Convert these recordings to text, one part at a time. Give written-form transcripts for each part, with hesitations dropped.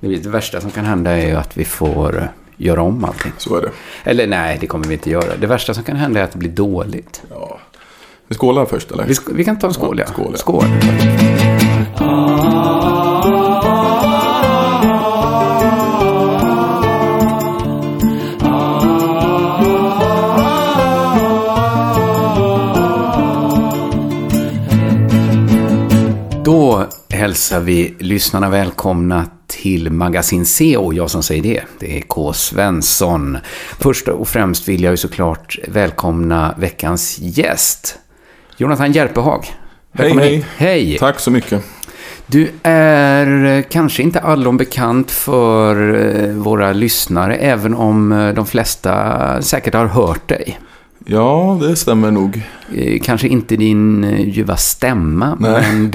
Det värsta som kan hända är ju att vi får göra om allting. Så är det. Eller nej, det kommer vi inte göra. Det värsta som kan hända är att det blir dåligt. Ja. Vi skålar först, eller? Vi kan ta en skål, ja. Skål, ja. Skål. Då hälsar vi lyssnarna välkomna till Magasin C, och jag som säger det är K. Svensson. Först och främst vill jag ju såklart välkomna veckans gäst, Jonathan Järpehag. Hej. Tack så mycket. Du är kanske inte allom bekant för våra lyssnare, även om de flesta säkert har hört dig. Ja, det stämmer nog. Kanske inte din ljuva stämma, men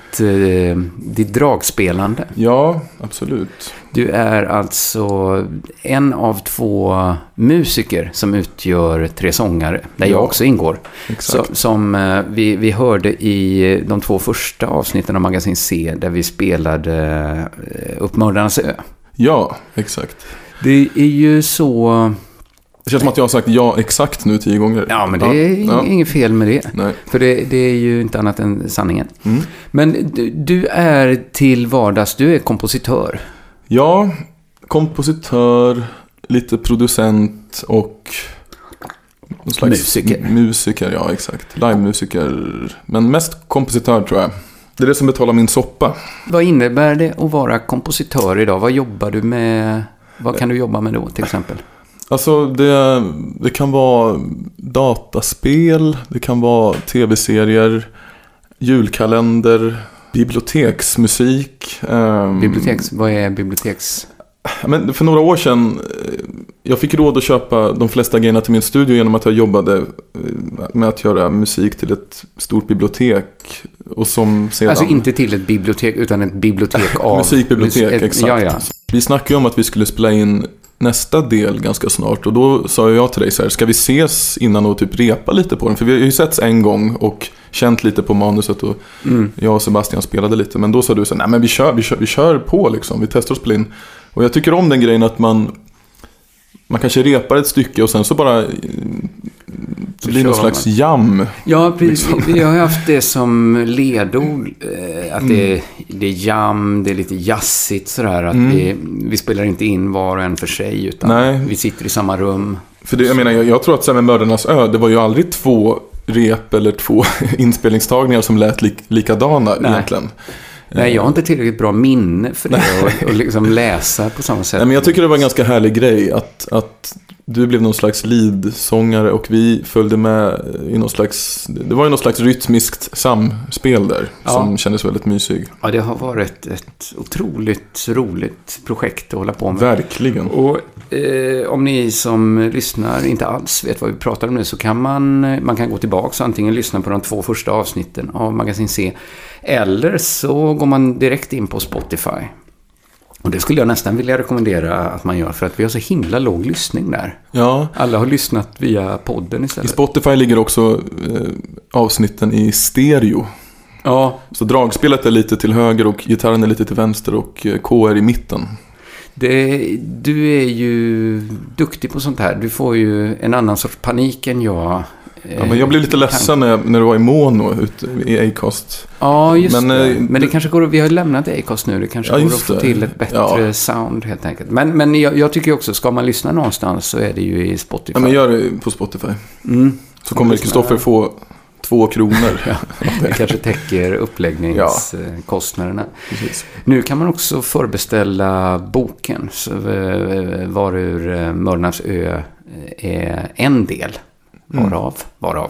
ditt dragspelande. Ja, absolut. Du är alltså en av 2 musiker som utgör 3 sångare, där jag också ingår. Exakt. Som vi hörde i de 2 första avsnitten av Magasin C, där vi spelade upp Mördarnas ö. Ja, exakt. Det är ju så... Det känns som att jag har sagt ja exakt nu 10 gånger. Ja, men det är inget fel med det. Nej. För det är ju inte annat än sanningen. Mm. Men du är till vardags, du är kompositör. Ja, kompositör, lite producent och någon slags musiker, ja exakt. Live-musiker, men mest kompositör tror jag. Det är det som betalar min soppa. Vad innebär det att vara kompositör idag? Vad jobbar du med? Vad kan du jobba med då till exempel? Alltså det kan vara dataspel, det kan vara tv-serier, julkalender, biblioteksmusik. Vad är biblioteks? Men för några år sedan, jag fick råd att köpa de flesta grejerna till min studio genom att jag jobbade med att göra musik till ett stort bibliotek. Och som sedan... Alltså inte till ett bibliotek utan ett bibliotek av... Musikbibliotek, exakt. Ja. Vi snackade ju om att vi skulle spela in nästa del ganska snart, och då sa jag till dig så här: ska vi ses innan och typ repa lite på den? För vi har ju setts en gång och känt lite på manuset, och jag och Sebastian spelade lite, men då sa du så här: nej men vi kör på liksom, vi testar att spela in. Och jag tycker om den grejen att man kanske repar ett stycke och sen så bara det blir någon slags jam. Ja, precis. Vi har haft det som ledord, att det är jam, det är lite jazzigt sådär, att vi spelar inte in var och en för sig, utan vi sitter i samma rum. För det, jag tror att så här med Mördarnas ö, det var ju aldrig 2 rep eller 2 inspelningstagningar som lät likadana egentligen. Nej, jag har inte tillräckligt bra minne för det och liksom läsa på samma sätt. Nej, men jag tycker det var en ganska härlig grej att du blev någon slags lead-sångare och vi följde med i någon slags... Det var ju någon slags rytmiskt samspel där som kändes väldigt mysig. Ja, det har varit ett otroligt roligt projekt att hålla på med. Verkligen. Och om ni som lyssnar inte alls vet vad vi pratar om nu, så kan man kan gå tillbaka och antingen lyssna på de 2 första avsnitten av Magasin C, eller så går man direkt in på Spotify. Och det skulle jag nästan vilja rekommendera att man gör, för att vi har så himla låg lyssning där. Ja. Alla har lyssnat via podden istället. I Spotify ligger också avsnitten i stereo. Ja. Så dragspelet är lite till höger och gitarren är lite till vänster och K är i mitten. Du är ju duktig på sånt här. Du får ju en annan sorts panik än jag. Ja, men jag blev lite ledsen när du var i mono ute i Acast. Ja, just det. Men det kanske går, vi har lämnat Acast nu. Det kanske går att få till ett bättre sound helt enkelt. Men jag tycker också, ska man lyssna någonstans så är det ju i Spotify. Ja, men gör det på Spotify. Så kommer Kristoffer få 2 kronor. Det kanske täcker uppläggningskostnaderna. Nu kan man också förbeställa boken, varur Mördarnas ö är en del. Varav.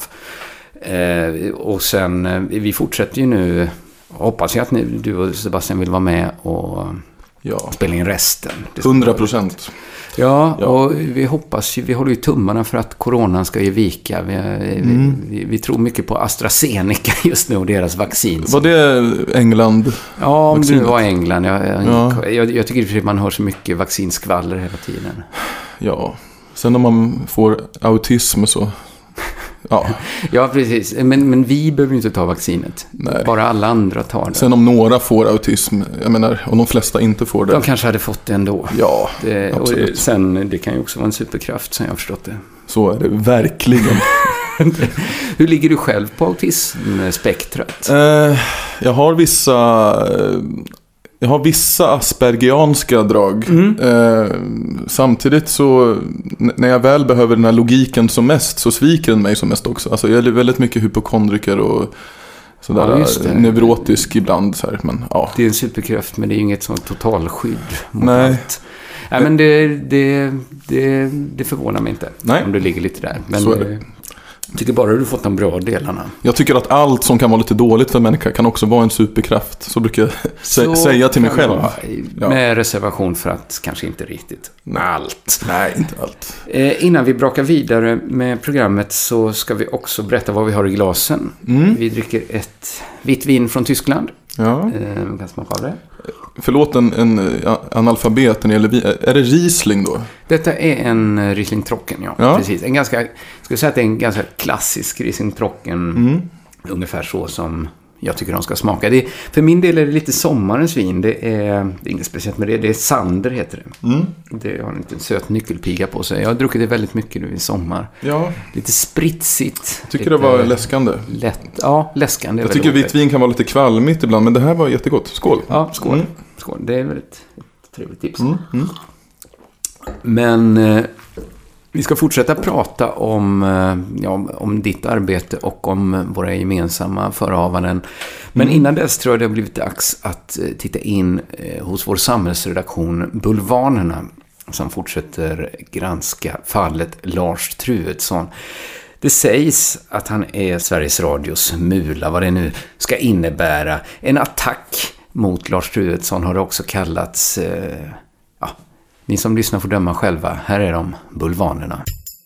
Och sen, vi fortsätter ju nu, hoppas jag att du och Sebastian vill vara med och spela in resten. 100%. Ja, och vi hoppas ju, vi håller ju tummarna för att coronan ska ge vika. Vi tror mycket på AstraZeneca just nu och deras vaccin. Var det England? Ja, om det var England. Jag tycker att man hör så mycket vaccinskvaller hela tiden. Ja, sen om man får autism så Ja, precis. Men vi behöver inte ta vaccinet. Nej. Bara alla andra tar det. Sen om några får autism, jag menar, om de flesta inte får det. De kanske hade fått det ändå. Ja, absolut. Och sen, det kan ju också vara en superkraft, som jag har förstått det. Så är det verkligen. Hur ligger du själv på autismspektrat? Jag har vissa aspergianska drag. Samtidigt så när jag väl behöver den här logiken som mest, så sviker den mig som mest också. Alltså jag är väldigt mycket hypokondriker och sådär, neurotisk ibland så här, men ja. Det är en superkraft, men det är ju inget sånt totalskydd mot Nej. allt. Nej, men det förvånar mig inte. Nej. Om du ligger lite där. Men så är det. Jag tycker bara att du fått de bra delarna. Jag tycker att allt som kan vara lite dåligt för en människa kan också vara en superkraft. Så brukar jag säga till mig själv. Med reservation för att kanske inte riktigt allt. Nej, inte allt. Innan vi brakar vidare med programmet så ska vi också berätta vad vi har i glasen. Vi dricker ett vitt vin från Tyskland. Ja. Kan smaka av det. Förlåt en analfabet när det gäller. Är det Riesling då? Detta är en Riesling Trocken, ja. Precis. Jag skulle säga att det är en ganska klassisk Riesling Trocken. Ungefär så som jag tycker de ska smaka. För min del är det lite sommarens vin. Det är inget speciellt med det. Det är Sander heter det. Det har en liten söt nyckelpiga på sig. Jag har druckit det väldigt mycket nu i sommar. Ja. Lite spritsigt. Tycker det var läskande. Läskande. Jag tycker vitt vin kan vara lite kvalmigt ibland, men det här var jättegott. Skål. Ja, skål. Skål. Det är väldigt trevligt tips. Men vi ska fortsätta prata om ditt arbete och om våra gemensamma förehavanden. Men innan dess tror jag det har blivit dags att titta in hos vår samhällsredaktion Bulvanerna, som fortsätter granska fallet Lars Truedsson. Det sägs att han är Sveriges Radios mula, vad det nu ska innebära. En attack mot Lars Truedsson har det också kallats. Ni som lyssnar får döma själva. Här är de, Bulvanerna.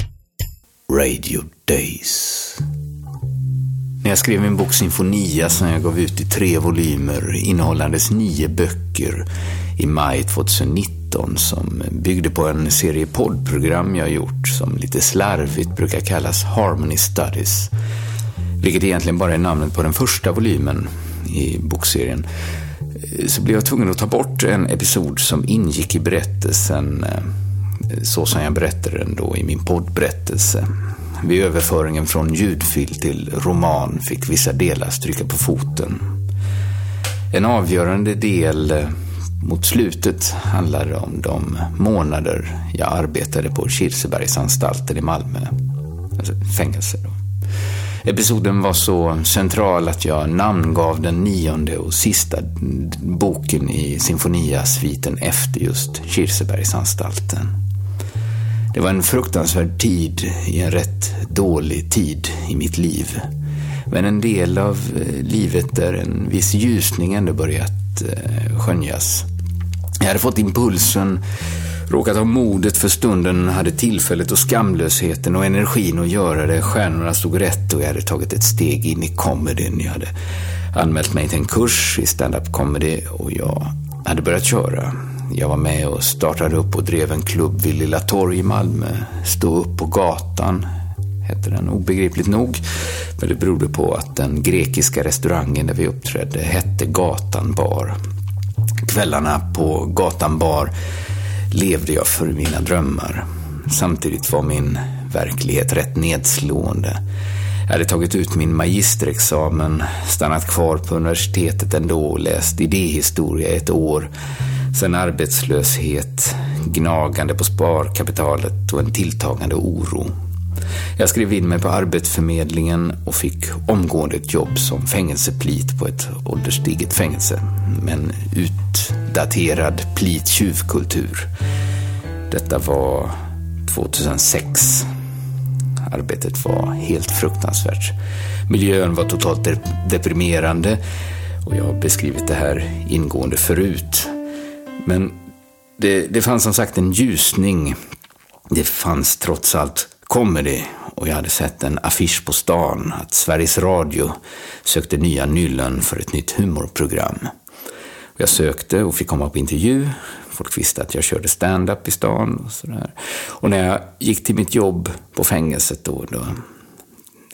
Radio Days. När jag skrev min bok Sinfonia, som jag gav ut i 3 volymer innehållandes 9 böcker i maj 2019, som byggde på en serie poddprogram jag gjort som lite slarvigt brukar kallas Harmony Studies, vilket egentligen bara är namnet på den första volymen i bokserien, så blev jag tvungen att ta bort en episod som ingick i berättelsen så som jag berättade den då i min poddberättelse. Vid överföringen från ljudfil till roman fick vissa delar stryka på foten. En avgörande del mot slutet handlade om de månader jag arbetade på Kirsebergsanstalten i Malmö, alltså fängelse då. Episoden var så central att jag namngav den 9:e och sista boken i Sinfonia-sviten efter just Kirsebergsanstalten. Det var en fruktansvärd tid i en rätt dålig tid i mitt liv. Men en del av livet där en viss ljusning ändå börjat skönjas. Jag hade fått impulsen, råkat ha modet för stunden, hade tillfället och skamlösheten och energin att göra det. Stjärnorna stod rätt och jag hade tagit ett steg in i comedyn. Jag hade anmält mig till en kurs i stand-up comedy och jag hade börjat köra. Jag var med och startade upp och drev en klubb vid Lilla Torg i Malmö. Stå upp på gatan hette den, obegripligt nog. Men det berodde på att den grekiska restaurangen där vi uppträdde hette Gatan Bar. Kvällarna på Gatan Bar levde jag för mina drömmar. Samtidigt var min verklighet rätt nedslående. Jag hade tagit ut min magisterexamen, stannat kvar på universitetet ändå och läst idéhistoria 1 år. Sen arbetslöshet, gnagande på sparkapitalet och en tilltagande oro. Jag skrev in mig på Arbetsförmedlingen och fick omgående ett jobb som fängelseplit på ett ålderstiget fängelse med en utdaterad plittjuvkultur. Detta var 2006. Arbetet var helt fruktansvärt. Miljön var totalt deprimerande och jag har beskrivit det här ingående förut. Men det fanns som sagt en ljusning. Det fanns trots allt comedy och jag hade sett en affisch på stan att Sveriges Radio sökte nya nyllen för ett nytt humorprogram. Jag sökte och fick komma på intervju. Folk visste att jag körde stand-up i stan och sådär. Och när jag gick till mitt jobb på fängelset då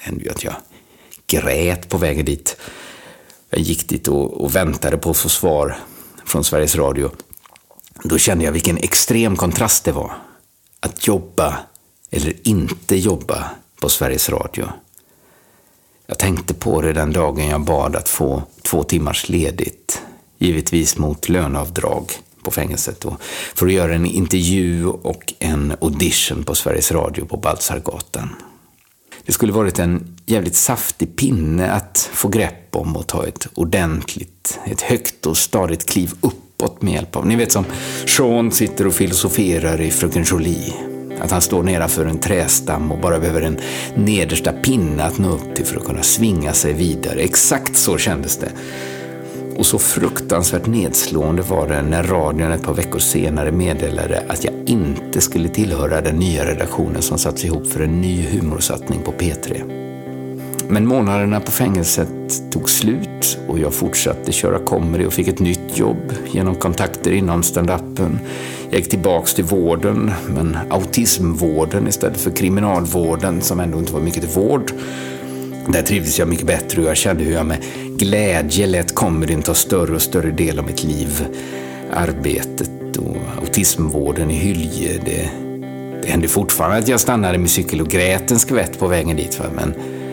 hände ju att jag grät på vägen dit. Jag gick dit och väntade på att få svar från Sveriges Radio. Då kände jag vilken extrem kontrast det var. Att jobba eller inte jobba på Sveriges Radio. Jag tänkte på det den dagen jag bad att få 2 timmars ledigt. Givetvis mot löneavdrag på fängelset. Och för att göra en intervju och en audition på Sveriges Radio på Baltzargatan. Det skulle varit en jävligt saftig pinne att få grepp om och ta ett högt och stadigt kliv uppåt med hjälp av. Ni vet som Sean sitter och filosoferar i Fröken Jolie. Att han står nedanför en trästam och bara behöver en nedersta pinne att nå upp till för att kunna svinga sig vidare. Exakt så kändes det. Och så fruktansvärt nedslående var det när radion ett par veckor senare meddelade att jag inte skulle tillhöra den nya redaktionen som satts ihop för en ny humorsatsning på P3. Men månaderna på fängelset tog slut och jag fortsatte köra comedy och fick ett nytt jobb genom kontakter inom stand-upen. Jag gick tillbaks till vården, men autismvården istället för kriminalvården som ändå inte var mycket till vård. Där trivdes jag mycket bättre och jag kände hur jag med glädje lät comedyn ta större och större del av mitt liv. Arbetet och autismvården i Hylje, det hände fortfarande att jag stannade med cykel och grät en skvätt på vägen dit. Men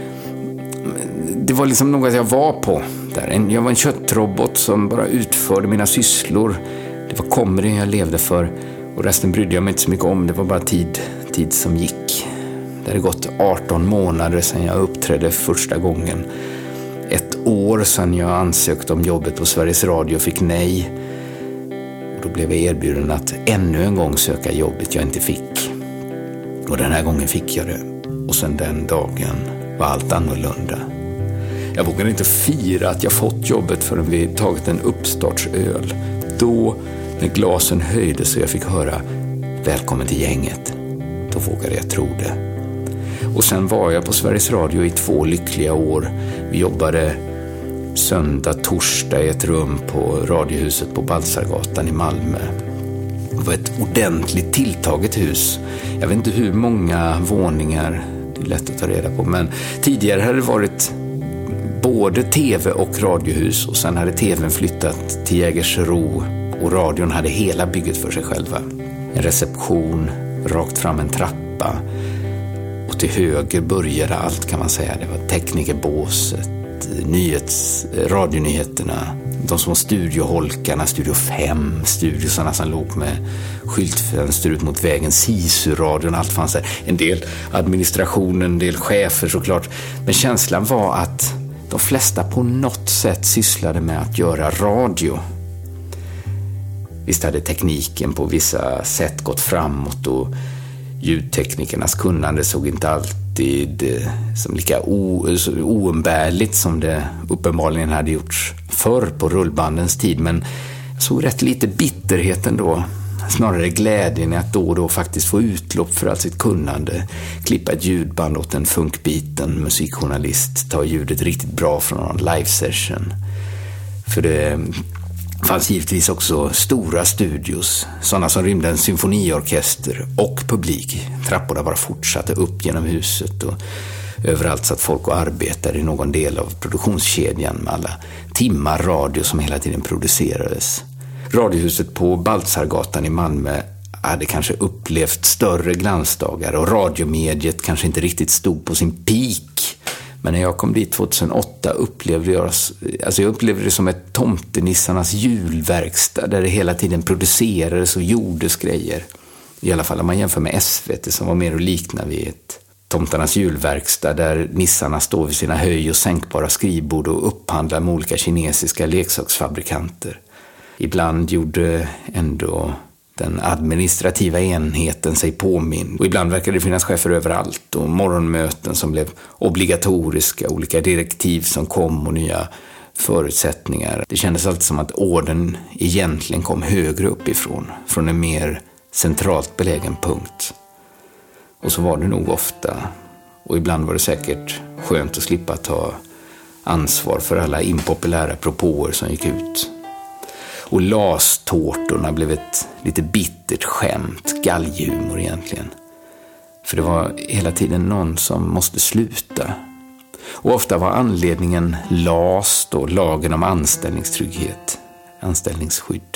det var liksom något jag var på där. Jag var en köttrobot som bara utförde mina sysslor. Det var comedyn jag levde för och resten brydde jag mig inte så mycket om. Det var bara tid som gick. Det hade gått 18 månader sedan jag uppträdde första gången. 1 år sedan jag ansökte om jobbet på Sveriges Radio och fick nej. Och då blev jag erbjuden att ännu en gång söka jobbet jag inte fick. Och den här gången fick jag det. Och sedan den dagen var allt annorlunda. Jag vågade inte fira att jag fått jobbet förrän vi tagit en uppstartsöl. Då, när glasen höjdes och jag fick höra "Välkommen till gänget", då vågade jag tro det. Och sen var jag på Sveriges Radio i 2 lyckliga år. Vi jobbade söndag, torsdag i ett rum på Radiohuset på Baltzargatan i Malmö. Det var ett ordentligt tilltaget hus. Jag vet inte hur många våningar, det är lätt att ta reda på. Men tidigare hade det varit både tv och radiohus. Och sen hade tvn flyttat till Jägersro och radion hade hela bygget för sig själva. En reception, rakt fram en trappa. Och till höger började allt kan man säga. Det var teknikerbåset, radionyheterna, de små studioholkarna, Studio 5, studiosarna som låg med skyltfönster ut mot vägen, Sisu-radion, allt fanns där. En del administration, en del chefer såklart. Men känslan var att de flesta på något sätt sysslade med att göra radio. Visst hade tekniken på vissa sätt gått framåt och ljudteknikernas kunnande såg inte alltid som lika oumbärligt som det uppenbarligen hade gjorts förr på rullbandens tid. Men jag såg rätt lite bitterhet ändå. Snarare glädjen i att då och då faktiskt få utlopp för allt sitt kunnande. Klippa ett ljudband åt en funkbiten musikjournalist. Ta ljudet riktigt bra från någon live-session. För det fanns givetvis också stora studios. Sådana som rymde en symfoniorkester och publik. Trapporna bara fortsatte upp genom huset och överallt satt folk och arbetade i någon del av produktionskedjan med alla timmar radio som hela tiden producerades. Radiohuset på Baltzargatan i Malmö hade kanske upplevt större glansdagar och radiomediet kanske inte riktigt stod på sin peak. Men när jag kom dit 2008 upplevde jag det som ett tomtenissarnas julverkstad där det hela tiden producerades och gjordes grejer. I alla fall om man jämför med SVT som var mer att likna vid ett tomtarnas julverkstad där nissarna står vid sina höj- och sänkbara skrivbord och upphandlar med olika kinesiska leksaksfabrikanter. Ibland gjorde ändå den administrativa enheten sig påminn. Och ibland verkade det finnas chefer överallt och morgonmöten som blev obligatoriska, olika direktiv som kom och nya förutsättningar. Det kändes alltid som att orden egentligen kom högre uppifrån, från en mer centralt belägen punkt. Och så var det nog ofta. Och ibland var det säkert skönt att slippa ta ansvar för alla impopulära propåer som gick ut. Och lastårtorna blev ett lite bittert skämt, galghumor egentligen. För det var hela tiden någon som måste sluta. Och ofta var anledningen LAS, då, lagen om anställningstrygghet. Anställningsskydd.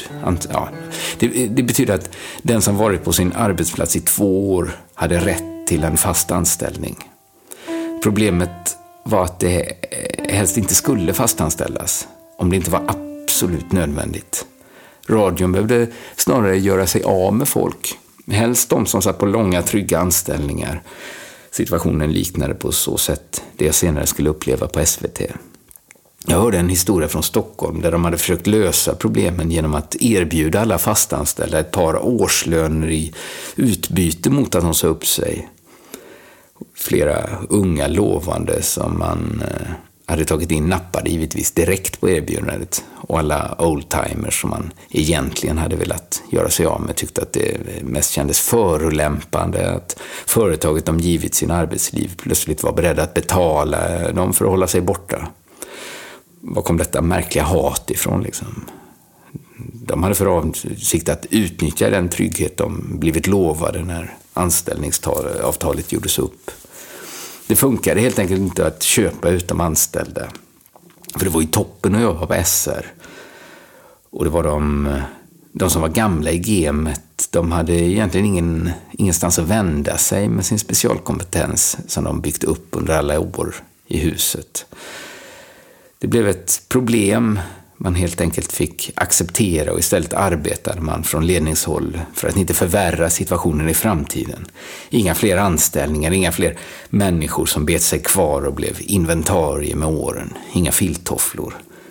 Det betyder att den som varit på sin arbetsplats i 2 år hade rätt till en fast anställning. Problemet var att det helst inte skulle fastanställas om det inte var absolut nödvändigt. Radion behövde snarare göra sig av med folk. Helst de som satt på långa, trygga anställningar. Situationen liknade på så sätt det jag senare skulle uppleva på SVT. Jag hörde en historia från Stockholm där de hade försökt lösa problemen genom att erbjuda alla fastanställda ett par årslöner i utbyte mot att de sa upp sig. Flera unga lovande som man hade tagit in nappade givetvis direkt på erbjudandet. Och alla oldtimers som man egentligen hade velat göra sig av med tyckte att det mest kändes förolämpande att företaget de givit sin arbetsliv plötsligt var beredda att betala dem för att hålla sig borta. Var kom detta märkliga hat ifrån liksom? De hade för avsikt att utnyttja den trygghet de blivit lovade när anställningsavtalet gjordes upp. Det funkade helt enkelt inte att köpa ut de anställda. För det var ju toppen att jobba på SR. Och det var de som var gamla i gamet. De hade egentligen ingenstans att vända sig med sin specialkompetens som de byggt upp under alla år i huset. Det blev ett problem man helt enkelt fick acceptera och istället arbetade man från ledningshåll för att inte förvärra situationen i framtiden. Inga fler anställningar, inga fler människor som bet sig kvar och blev inventarier med åren. Inga filttofflor.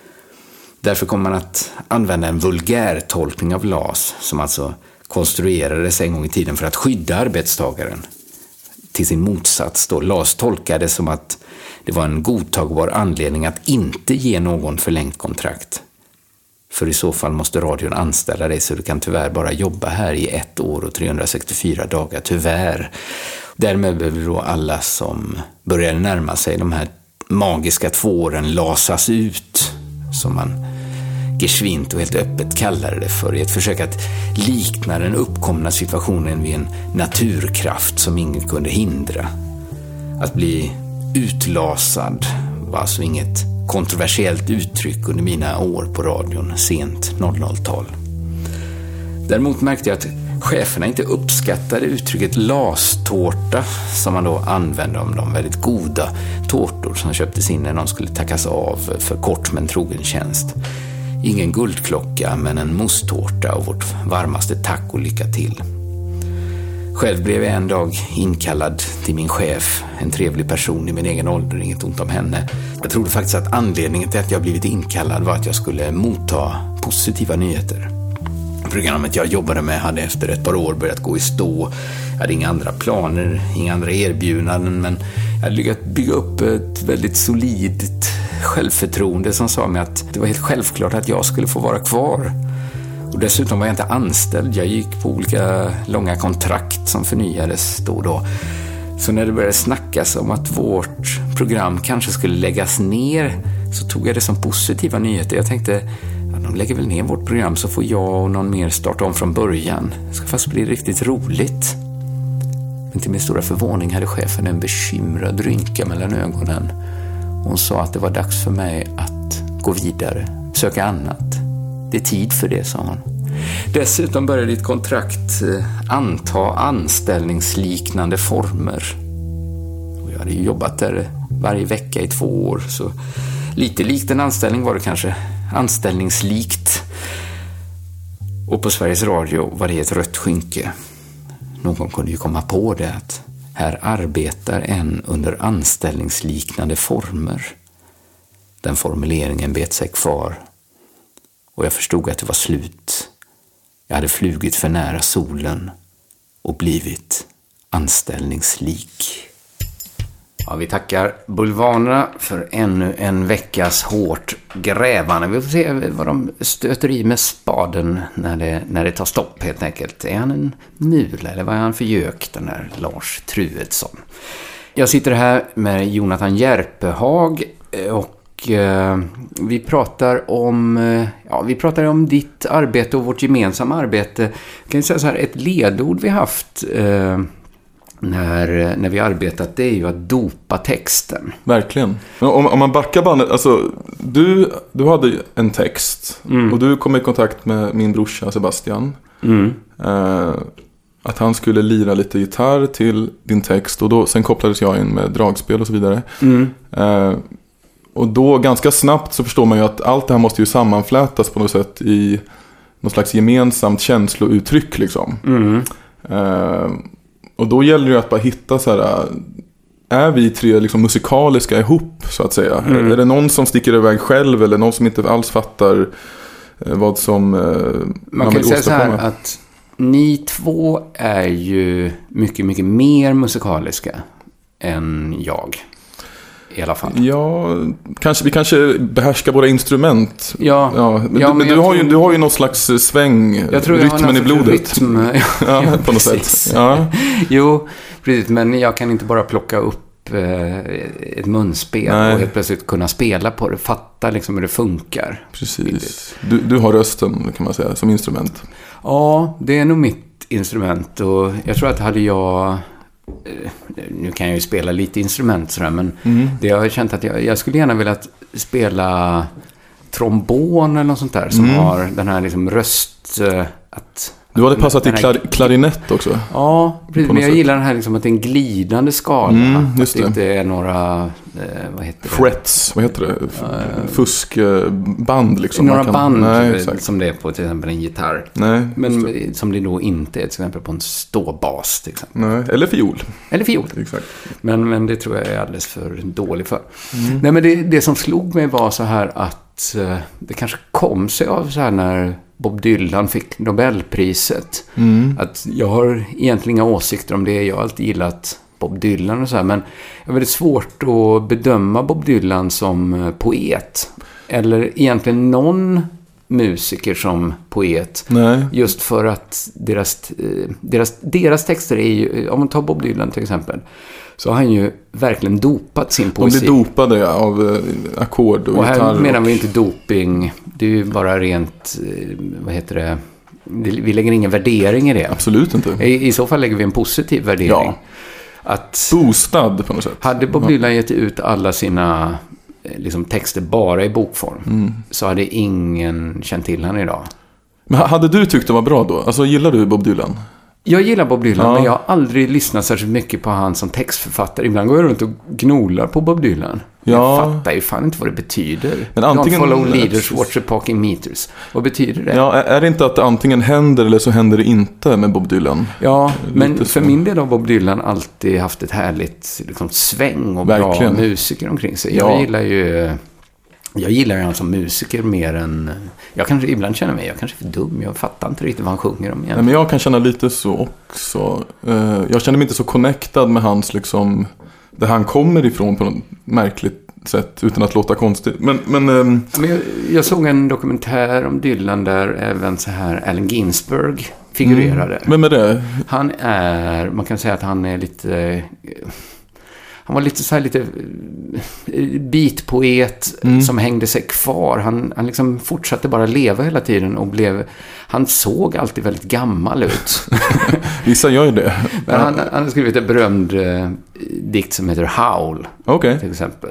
Därför kom man att använda en vulgärtolkning av LAS som alltså konstruerades en gång i tiden för att skydda arbetstagaren. Till sin motsats då, LAS tolkades som att det var en godtagbar anledning att inte ge någon förlängt kontrakt. För i så fall måste radion anställa dig så du kan tyvärr bara jobba här i 1 år och 364 dagar, tyvärr. Därmed behöver då alla som börjar närma sig de här magiska 2 åren lasas ut, som man geschwint och helt öppet kallade det för, i ett försök att likna den uppkomna situationen vid en naturkraft som ingen kunde hindra. Att bli utlasad var alltså inget kontroversiellt uttryck under mina år på radion, sent 00-tal. Däremot märkte jag att cheferna inte uppskattade uttrycket lastårta som man då använde om de väldigt goda tårtor som köptes in när någon skulle tackas av för kort men trogen tjänst. Ingen guldklocka men en mostårta och vårt varmaste tack och lycka till. Själv blev jag en dag inkallad till min chef, en trevlig person i min egen ålder, inget ont om henne. Jag trodde faktiskt att anledningen till att jag blivit inkallad var att jag skulle motta positiva nyheter. Programmet jag jobbade med hade efter ett par år börjat gå i stå. Jag hade inga andra planer, inga andra erbjudanden, men jag hade lyckats bygga upp ett väldigt solidt självförtroende som sa mig att det var helt självklart att jag skulle få vara kvar. Och dessutom var jag inte anställd. Jag gick på olika långa kontrakt som förnyades då och då. Så när det började snackas om att vårt program kanske skulle läggas ner så tog jag det som positiva nyheter. Jag tänkte, ja, de lägger väl ner vårt program så får jag och någon mer starta om från början. Det ska fast bli riktigt roligt. Men till min stora förvåning hade chefen en bekymrad rynka mellan ögonen. Hon sa att det var dags för mig att gå vidare, söka annat. Det är tid för det, sa hon. Dessutom började ditt kontrakt anta anställningsliknande former. Och jag hade ju jobbat där varje vecka i 2 år, så lite likt en anställning var det kanske. Anställningslikt. Och på Sveriges Radio var det ett rött skynke. Någon kunde ju komma på det att här arbetar en under anställningsliknande former. Den formuleringen bet sig kvar. Och jag förstod att det var slut. Jag hade flugit för nära solen och blivit anställningslik. Ja, vi tackar Bulvanerna för ännu en veckas hårt grävande. Vi får se vad de stöter i med spaden när det tar stopp helt enkelt. Är han en mul eller vad är han för gök, den där Lars Truedsson? Jag sitter här med Jonathan Järpehag och vi pratar om ditt arbete och vårt gemensamma arbete. Jag kan säga så här, ett ledord vi haft när vi arbetat, det är ju att dopa texten. Verkligen. Om man backar bandet, alltså du hade en text och du kom i kontakt med min brorsa Sebastian. Att han skulle lira lite gitarr till din text och sen kopplades jag in med dragspel och så vidare. Och då ganska snabbt så förstår man ju att allt det här måste ju sammanflätas på något sätt i något slags gemensamt känslouttryck liksom. Och då gäller det att bara hitta så här, är vi tre liksom musikaliska ihop så att säga? Är det någon som sticker iväg själv eller någon som inte alls fattar vad som man kan säga så här att ni två är ju mycket, mycket mer musikaliska än jag. I alla fall. Ja, vi kanske behärskar våra instrument. Men du har ju någon slags sväng, rytmen i blodet. Ja, på något sätt. Ja. Jo, precis. Men jag kan inte bara plocka upp ett munspel och helt plötsligt kunna spela på det. Fatta liksom hur det funkar. Precis. Du har rösten kan man säga som instrument. Ja, det är nog mitt instrument. Och jag tror att hade jag... Nu kan jag ju spela lite instrument sådär, men det jag har känt att jag skulle gärna vilja spela trombon eller något sånt där som har den här liksom röst du hade passat i klarinett också. Ja, precis, men jag gillar den här liksom att det är en glidande skala. Just att det inte är några vad heter det? Frets, vad heter det? Fuskband liksom. Några band som det är på till exempel en gitarr. Nej, men som det då inte är till exempel på en ståbas till exempel. Nej, eller fiol. Exakt. Men det tror jag är alldeles för dålig för. Nej, men det som slog mig var så här att det kanske kom sig av så här när Bob Dylan fick Nobelpriset. Att jag har egentligen inga åsikter om det. Jag har alltid gillat Bob Dylan och så här, men det är väldigt svårt att bedöma Bob Dylan som poet. Eller egentligen någon musiker som poet. Nej. Just för att deras texter är ju, om man tar Bob Dylan till exempel, så har han ju verkligen dopat sin poesi. De blir dopade av ackord och gitarr. Och här menar vi inte doping. Det är ju bara rent, vad heter det? Vi lägger ingen värdering i det. Absolut inte. I så fall lägger vi en positiv värdering. Ja. Boostad på något sätt. Hade Bob Dylan gett ut alla sina liksom, texter bara i bokform så hade ingen känt till han idag. Men hade du tyckt det var bra då? Alltså gillar du Bob Dylan? Jag gillar Bob Dylan, men jag har aldrig lyssnat särskilt mycket på han som textförfattare. Ibland går jag runt och gnolar på Bob Dylan. Jag fattar ju fan inte vad det betyder. Men antingen, Don't follow leaders, watch the parking meters. Vad betyder det? Ja, är det inte att det antingen händer eller så händer det inte med Bob Dylan? Ja, men för min del har Bob Dylan alltid haft ett härligt liksom, sväng och bra musiker omkring sig. Jag gillar ju han som musiker mer än... Jag kanske ibland känner mig, jag kanske är för dum. Jag fattar inte riktigt vad han sjunger om egentligen. Nej, men jag kan känna lite så också. Jag känner mig inte så connectad med hans liksom... Där han kommer ifrån på något märkligt sätt utan att låta konstigt. Men jag såg en dokumentär om Dylan där även så här Allen Ginsberg figurerade. Vem är det? Han är... Man kan säga att han är lite... Han var lite så här lite beatpoet som hängde sig kvar. Han liksom fortsatte bara leva hela tiden och han såg alltid väldigt gammal ut. Vissa gör ju det. Men han har skrivit en berömd dikt som heter Howl. Okay. Till exempel.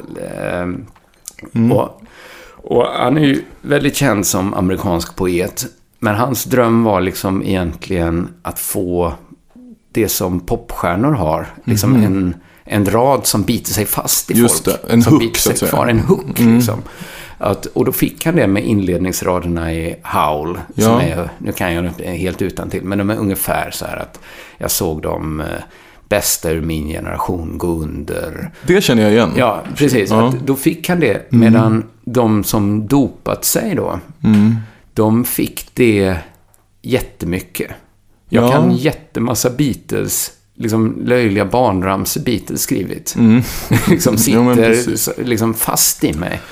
Och han är ju väldigt känd som amerikansk poet. Men hans dröm var liksom egentligen att få det som popstjärnor har. Liksom en rad som biter sig fast i just folk. Det, en som hook, biter sig kvar. En hook liksom. Och då fick han det med inledningsraderna i Howl. Som är, nu kan jag inte helt utan till, men de är ungefär så här att jag såg de bästa ur min generation gå under. Det känner jag igen. Ja, precis. Att då fick han det, medan de som dopat sig då, de fick det jättemycket. Jag kan jättemassa Beatles, liksom löjliga barnramser Beatles skrivit. Liksom sitter liksom fast i mig.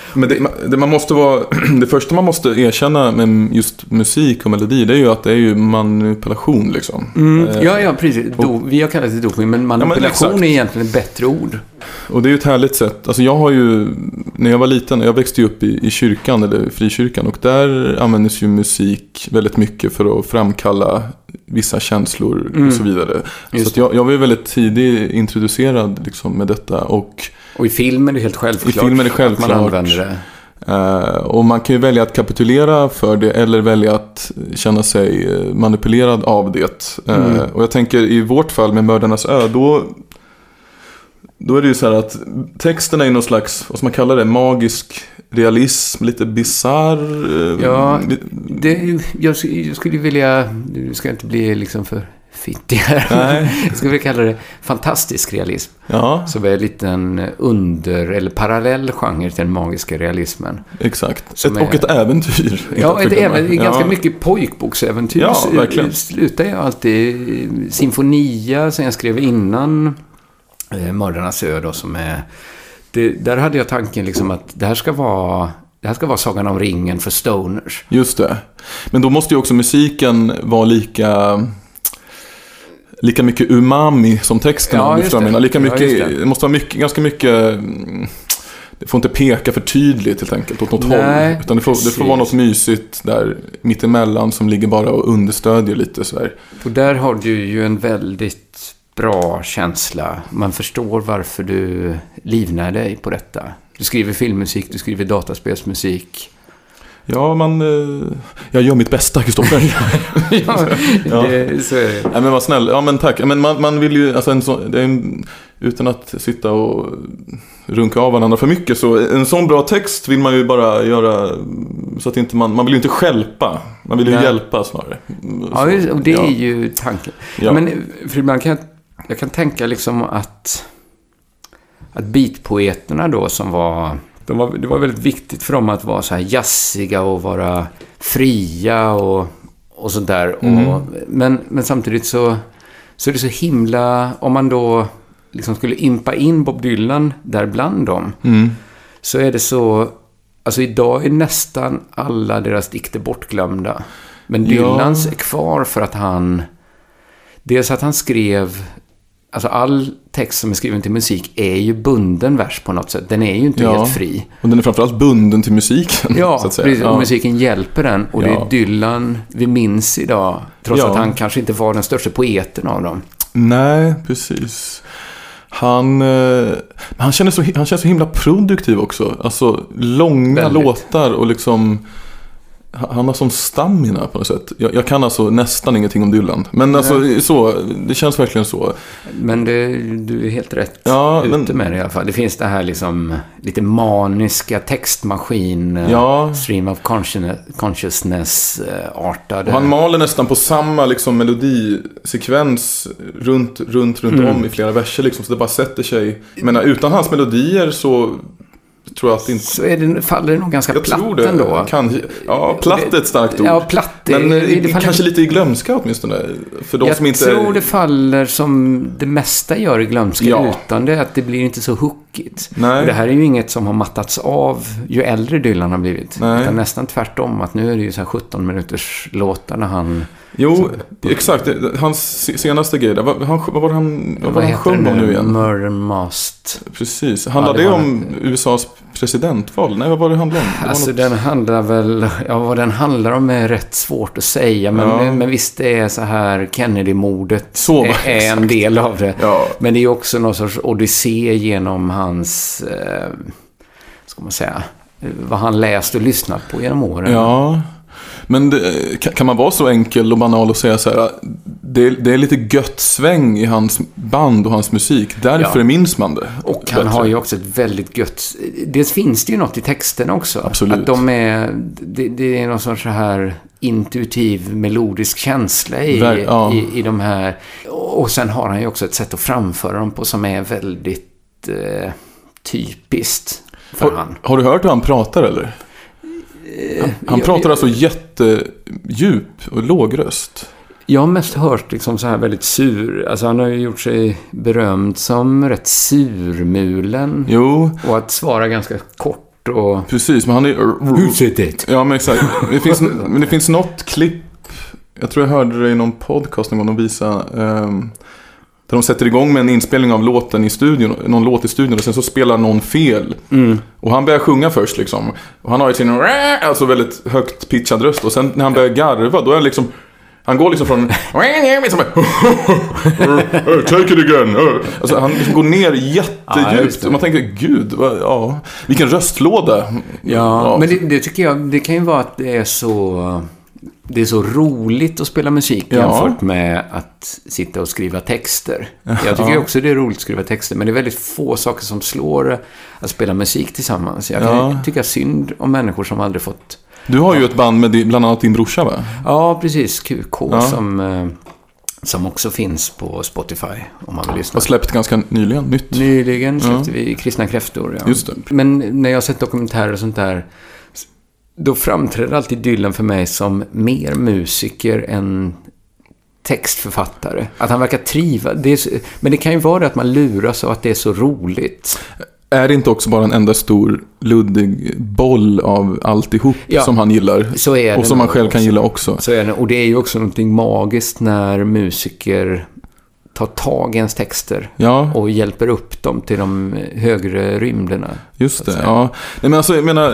Men man måste vara, det första man måste erkänna med just musik och melodi, det är ju att det är ju manipulation liksom. Ja, precis. Vi har kallat det doping, men manipulation är egentligen ett bättre ord. Och det är ju ett härligt sätt. Alltså jag har ju, när jag var liten, jag växte ju upp i kyrkan eller frikyrkan, och där användes ju musik väldigt mycket för att framkalla vissa känslor och så vidare. Så att jag var ju väldigt tidigt introducerad liksom med detta. Och i filmen är det helt självklart. I filmen är det självklart. Att man använder det. Och man kan ju välja att kapitulera för det eller välja att känna sig manipulerad av det. Och jag tänker i vårt fall med Mördarnas ö, då är det ju så här att texten är ju någon slags, vad ska man kalla det, magisk realism, lite bizarr. Ja, jag skulle vilja, du ska inte bli liksom för fittig här. Nej. Jag skulle vilja kalla det fantastisk realism. Ja. Så är lite en eller parallell genre till den magiska realismen. Exakt. Ett äventyr. Ja, ganska mycket pojkboksäventyr. Ja, verkligen. Slutar jag alltid Sinfonia som jag skrev innan Mördarnas ö då, som är där hade jag tanken liksom att det här ska vara Sagan om ringen för stoners. Just det. Men då måste ju också musiken vara lika mycket umami som texten. Ja, just det. Lika mycket, det måste vara ganska mycket. Det får inte peka för tydligt helt enkelt åt något håll. Utan det får vara något mysigt där mittemellan som ligger bara och understödjer lite sådär. Och där har du ju en väldigt bra känsla. Man förstår varför du livnär dig på detta. Du skriver filmmusik, du skriver dataspelsmusik. Ja, jag gör mitt bästa, Kristoffer. Så är det. Nej, men vad snäll. Ja, men tack. Men man vill ju, alltså utan att sitta och runka av varandra för mycket, så en sån bra text vill man ju bara göra så att inte man vill ju inte stjälpa. Man vill ju hjälpa snarare. Ja, och det är ju tanken. Ja. Men för ibland jag kan tänka liksom att beatpoeterna då som det var väldigt viktigt för dem att vara så här jazziga och vara fria och sånt där. Men samtidigt så är det så himla, om man då liksom skulle impa in Bob Dylan där bland dem, så är det så, alltså idag är nästan alla deras dikter bortglömda. Men Dylans är kvar för att dels att han skrev, alltså all text som är skriven till musik är ju bunden vers på något sätt. Den är ju inte helt fri. Och den är framförallt bunden till musiken. Ja, så att säga. Precis, och musiken hjälper den. Och det är Dylan vi minns idag. Trots att han kanske inte var den största poeten av dem. Nej, precis. Han känns så himla produktiv också. Alltså långa låtar och liksom han har som stamina på något sätt. Jag kan alltså nästan ingenting om Dylan. Men alltså så, det känns verkligen så. Men du är helt rätt ute med det i alla fall. Det finns det här liksom lite maniska textmaskin, stream of consciousness-artade. Och han maler nästan på samma liksom melodisekvens runt om i flera verser liksom, så det bara sätter sig. Men utan hans melodier så tror jag att inte... Så faller det nog ganska platt ändå. Platt är ett starkt ord. Ja, platt. Men kanske lite i glömska åtminstone. För de som inte... Jag tror det faller som det mesta gör i glömska utan det. Att det blir inte så hookigt. Och det här är ju inget som har mattats av ju äldre Dylan har blivit. Utan nästan tvärtom. Att nu är det ju så här 17 minuters låtar när han... Jo, exakt. Hans senaste grej där. Vad var han sjöng om nu igen? Murder Must. Precis. Handlade det om USAs presidentval? Nej, vad var det handlade om? Alltså den handlar väl... Ja, vad den handlar om är rätt svårt att säga. Men visst det är så här Kennedy-mordet är en del av det. Ja. Men det är också någon sorts odyssé genom hans... ska man säga... vad han läst och lyssnat på genom åren. Ja. Men kan man vara så enkel och banal och säga så här, det är lite gött sväng i hans band och hans musik, därför minns man det. Och han har ju också ett väldigt gött, dels finns det ju något i texten också. Absolut. Att det är någon sorts så här intuitiv melodisk känsla i de här, och sen har han ju också ett sätt att framföra dem på som är väldigt typiskt för han. Har du hört hur han pratar eller? Han pratar alltså jättedjup och låg röst. Jag har mest hört liksom så här väldigt sur. Alltså han har ju gjort sig berömd som rätt surmulen. Jo. Och att svara ganska kort fort och... Precis, men han är... Who said it? Ja, men exakt. Det finns något klipp, jag tror jag hörde det i någon podcast någon gång, de visade... där de sätter igång med en inspelning av låten i studion, någon låt i studion, och sen så spelar någon fel. Och han börjar sjunga först liksom. Och han har ju sin väldigt högt pitchad röst, och sen när han börjar garva, då är liksom... Han går liksom från... Take it again. Alltså, han liksom går ner jättedjupt. Och man tänker, gud, vilken röstlåda. Ja, men det tycker jag, det kan ju vara att det är så roligt att spela musik jämfört med att sitta och skriva texter. Jag tycker också det är roligt att skriva texter, men det är väldigt få saker som slår att spela musik tillsammans. Jag kan tycka synd om människor som aldrig fått... Du har ju ett band med bland annat din brorsa, va? Ja, precis. QK som också finns på Spotify om man vill lyssna. Har släppt ganska nytt. Nyligen släppte vi Kristna kräftor. Ja. Just det. Men när jag har sett dokumentärer och sånt där, då framträder alltid Dylan för mig som mer musiker än textförfattare. Att han verkar triva. Men det kan ju vara det att man luras av att det är så roligt. Är det inte också bara en enda stor luddig boll av alltihop som han gillar? Så är det. Och som man själv kan gilla också. Så är det. Och det är ju också någonting magiskt när musiker tar tag i ens texter och hjälper upp dem till de högre rymderna. Just det, ja. Nej, men alltså, jag menar,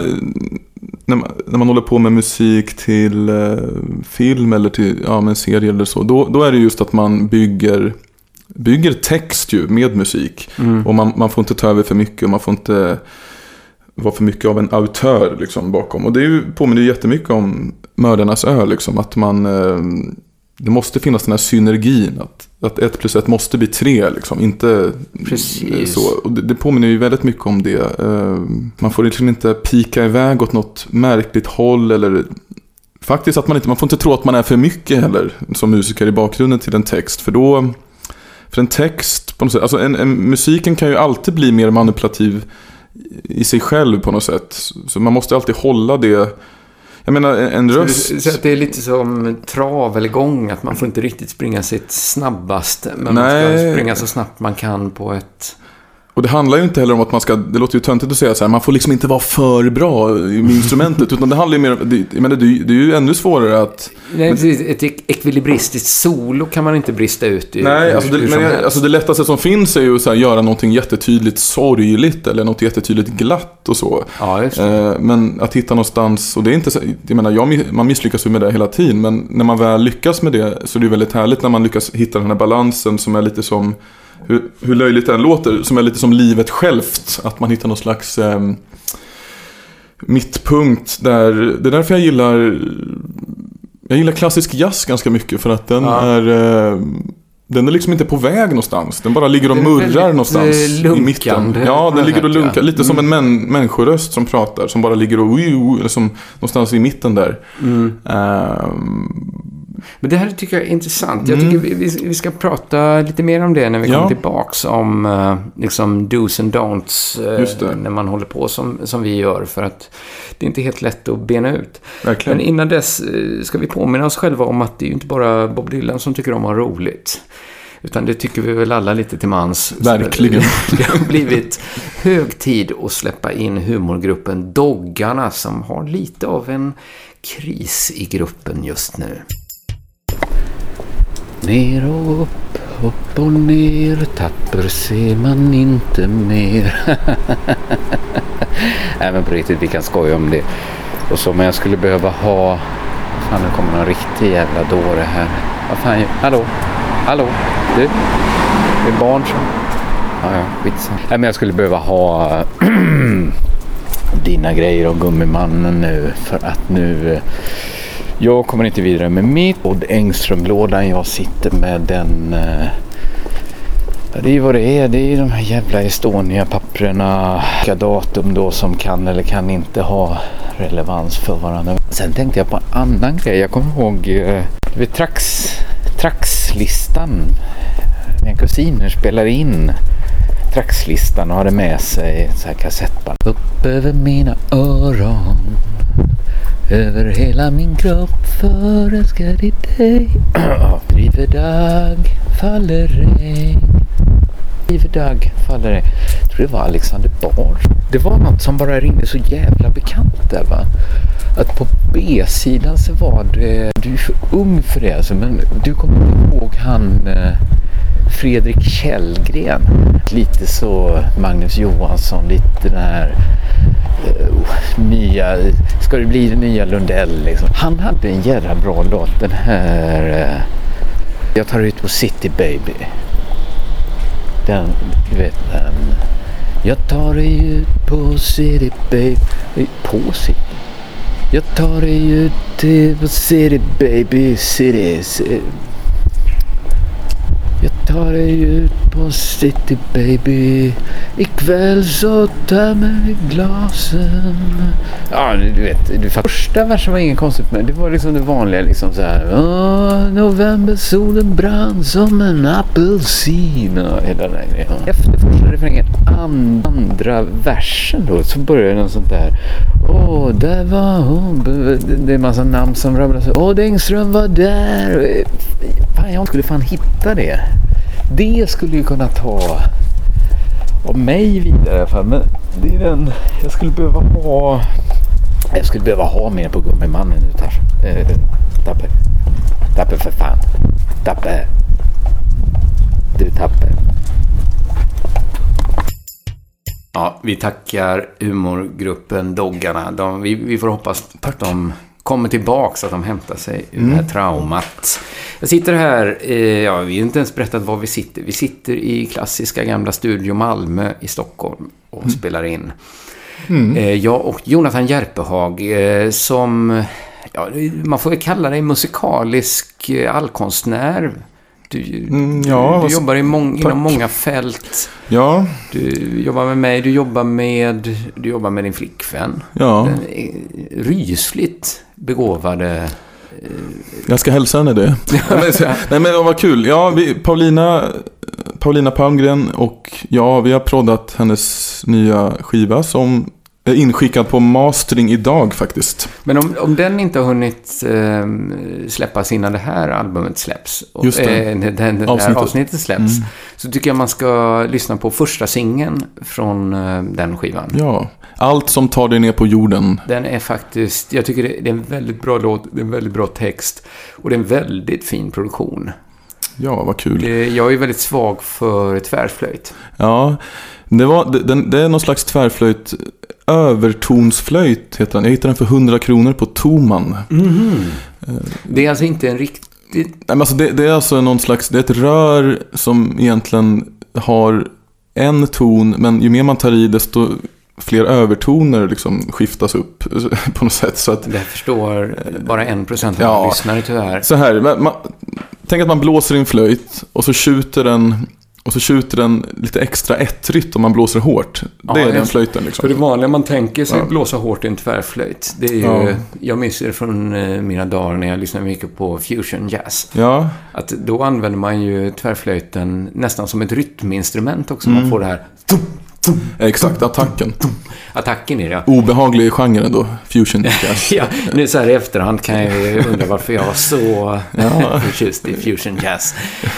när man håller på med musik till film eller till en serie eller så, då är det just att man bygger text ju med musik. Och man får inte ta över för mycket, och man får inte vara för mycket av en autör liksom bakom. Och det påminner ju jättemycket om Mördarnas ö liksom, att det måste finnas den här synergin, att 1 + 1 måste bli 3 liksom, inte så. Och det påminner ju väldigt mycket om det. Man får liksom inte pika iväg åt något märkligt håll, eller faktiskt att man får inte tro att man är för mycket heller som musiker i bakgrunden till en text, för en text på något sätt, alltså musiken kan ju alltid bli mer manipulativ i sig själv på något sätt. Så man måste alltid hålla det. Jag menar, en röst... Så att det är lite som trav eller gång, att man får inte riktigt springa sitt snabbaste, men man ska springa så snabbt man kan på ett... Och det handlar ju inte heller om att man ska, det låter ju töntigt att säga så här, man får liksom inte vara för bra med instrumentet, utan det handlar ju mer om, det är ju ännu svårare att... Nej, precis, ett ekvilibristiskt solo kan man inte brista ut i. Nej, alltså det lättaste som finns är ju att göra någonting jättetydligt sorgligt, eller något jättetydligt glatt och så. Ja, just det. Men att hitta någonstans, och det är inte så, jag menar, man misslyckas ju med det hela tiden, men när man väl lyckas med det, så är det väldigt härligt när man lyckas hitta den här balansen som är lite som... Hur löjligt den låter, som är lite som livet självt, att man hittar någon slags mittpunkt där. Det är därför jag gillar klassisk jazz ganska mycket, för att den är liksom inte på väg någonstans. Den bara ligger och murrar någonstans i mitten. Ja, den ligger och lunkar. Lite som en människoröst som pratar, som bara ligger och eller som någonstans i mitten där. Men det här tycker jag är intressant. Jag tycker vi ska prata lite mer om det när vi kommer tillbaks, om liksom do's and don'ts när man håller på som vi gör, för att det är inte helt lätt att bena ut. Verkligen. Men innan dess ska vi påminna oss själva om att det är ju inte bara Bob Dylan som tycker om att ha roligt, utan det tycker vi väl alla lite till mans. Verkligen. Det har blivit hög tid att släppa in humorgruppen Doggarna, som har lite av en kris i gruppen just nu. Ner och upp och ner, tapper ser man inte mer. Även på riktigt, vi kan skoja om det. Och så, men jag skulle behöva ha... Fan, nu kommer någon riktig jävla dåre här. Vad fan, hallå, du? Det är barn som... Ja, skitsamma. Nej, men jag skulle behöva ha dina grejer om Gummimannen nu, för att nu... Jag kommer inte vidare med mitt. Odd Engström-lådan jag sitter med, den... Det är vad det är. Det är de här jävla Estonia-papperna. Vilka datum då som kan eller kan inte ha relevans för varandra. Sen tänkte jag på en annan grej. Jag kommer ihåg vid Traxlistan. Mina kusiner spelade in Traxlistan och hade med sig så här kassettband. Upp över mina öron, över hela min kropp, förälskad i dig. Driver dag, faller regn. Dag faller det. Jag tror det var Alexander Bard. Det var något som bara ringde så jävla bekant där, va? Att på B-sidan så var det, du är för ung för det alltså, men du kommer ihåg han Fredrik Källgren, lite så Magnus Johansson, lite den här nya, ska det bli det nya Lundell liksom. Han hade en jävla bra låt, den här jag tar ut på City Baby. Den, du vet den. Jag tar dig ut på City Baby. På City. Jag tar dig ut på City Baby. City. Jag tar dig ut på City Baby. Ikväll så tar mig glasen. Ja, du vet, första versen var ingen konstigt, men det var liksom det vanliga liksom så här. Novembersolen brann som en apelsin och hela den grejen. Efter första refrängen, andra versen då, så började något sånt där. Där var hon. Det är en massa namn som ramlade sig. Odd Engström var där. Fan, jag skulle fan hitta det. Det skulle ju kunna ta av mig vidare i alla fall. Men det är den jag skulle behöva ha mer på Gummimannen nu här. Tappe för fan. Tappe. Du Tappe. Ja, vi tackar humorgruppen Doggarna. Vi får hoppas att de kommer tillbaka, så att de hämtar sig ur det här traumat. Jag sitter här, vi har inte ens berättat var vi sitter. Vi sitter i klassiska gamla Studio Malmö i Stockholm och spelar in. Jag och Jonathan Järpehag som, man får kalla dig musikalisk allkonstnär. Du jobbar inom många fält. Ja. Du jobbar med mig, du jobbar med din flickvän. Ja. Den rysligt begåvade. Jag ska hälsa henne det. Nej men vad kul. Ja, Paulina Palmgren och vi har proddat hennes nya skiva som är inskickad på mastering idag faktiskt. Men om den inte har hunnit släppas innan det här albumet släpps, just det. här avsnittet släpps, så tycker jag man ska lyssna på första singeln från den skivan. Ja, allt som tar dig ner på jorden. Den är faktiskt, jag tycker det är en väldigt bra låt, det är en väldigt bra text och det är en väldigt fin produktion. Ja, vad kul. Jag är väldigt svag för tvärflöjt. Ja, det är någon slags tvärflöjt. Övertonsflöjt heter den. Jag hittade den för 100 kronor på Toman. Det är alltså inte en riktig... Nej, men alltså det är alltså någon slags... Det är ett rör som egentligen har en ton, men ju mer man tar i desto fler övertoner liksom skiftas upp på något sätt. Så att, det förstår bara 1% av lyssnare tyvärr. Så här, tänk att man blåser i en flöjt och så skjuter den lite extra ettrigt om man blåser hårt. Det är den flöjten liksom. För det vanliga man tänker sig blåsa hårt i en tvärflöjt. Det är ju, jag minns det från mina dagar när jag lyssnade mycket på fusion jazz. Ja. Att då använder man ju tvärflöjten nästan som ett rytminstrument också. Man får det här... Exakt, attacken. Attacken är det, ja. Obehaglig genre ändå, fusion jazz. Ja, nu så här i efterhand kan jag undra varför jag var så förtjust i fusion jazz.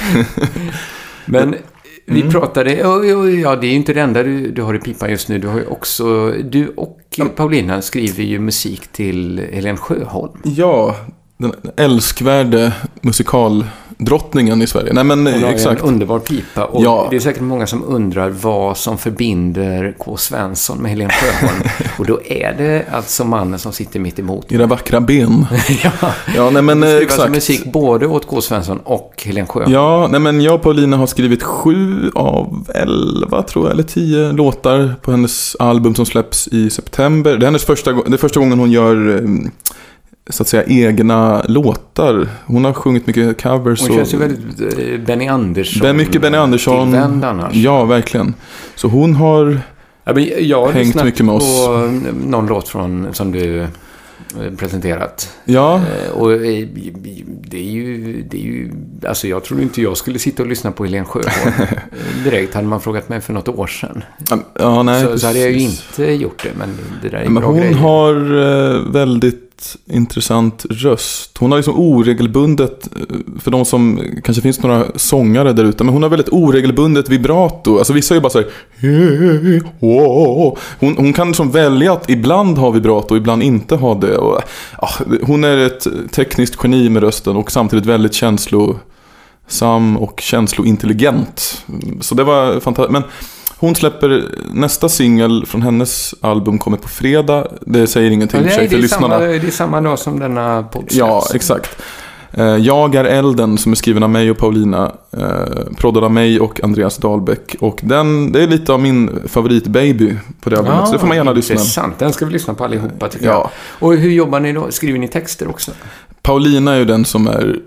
Men vi pratade, det är ju inte det enda du har i pipan just nu. Du har ju också, du och Paulina skriver ju musik till Helen Sjöholm. Ja, den älskvärde musikaldrottningen i Sverige. Nej, men hon har exakt. En underbar pipa. Och det är säkert många som undrar vad som förbinder K. Svensson med Helen Sjöholm. Och då är det alltså mannen som sitter mitt emot. Era vackra ben. Ja, nej, men exakt. Alltså musik både åt K. Svensson och Helen Sjöholm. Ja, nej, men jag och Paulina har skrivit 7 av 11 tror jag, eller 10 låtar på hennes album som släpps i september. Det är första gången hon gör så att säga egna låtar. Hon har sjungit mycket covers. Hon känns ju väldigt Benny Andersson. Mycket Benny Andersson. Tillvänd annars. Ja, verkligen. Så hon har hängt mycket med oss. På någon låt som du presenterat. Ja. Och det är ju alltså jag tror inte jag skulle sitta och lyssna på Helen Sjöholm direkt. Hade man frågat mig för något år sedan. Ja, nej, så hade jag ju inte gjort det. Men det där är men bra hon grejer. har väldigt väldigt intressant röst. Hon har liksom oregelbundet, för de som kanske finns några sångare där ute, men hon har väldigt oregelbundet vibrato. Alltså vissa är ju bara så här, hon kan liksom välja att ibland ha vibrato och ibland inte ha det. Och, hon är ett tekniskt geni med rösten och samtidigt väldigt känslosam och känslointelligent. Så det var fantastiskt. Men hon släpper nästa singel från hennes album kommer på fredag. Det säger ingenting för sig för lyssnarna. Det är samma dag som denna podd. Ja, exakt. Jag är elden, som är skriven av mig och Paulina, proddad av mig och Andreas Dahlbäck. Och det är lite av min favoritbaby på det albumet, så det får man gärna lyssna. Intressant, den ska vi lyssna på allihopa tycker jag. Och hur jobbar ni då? Skriver ni texter också? Paulina är ju den som är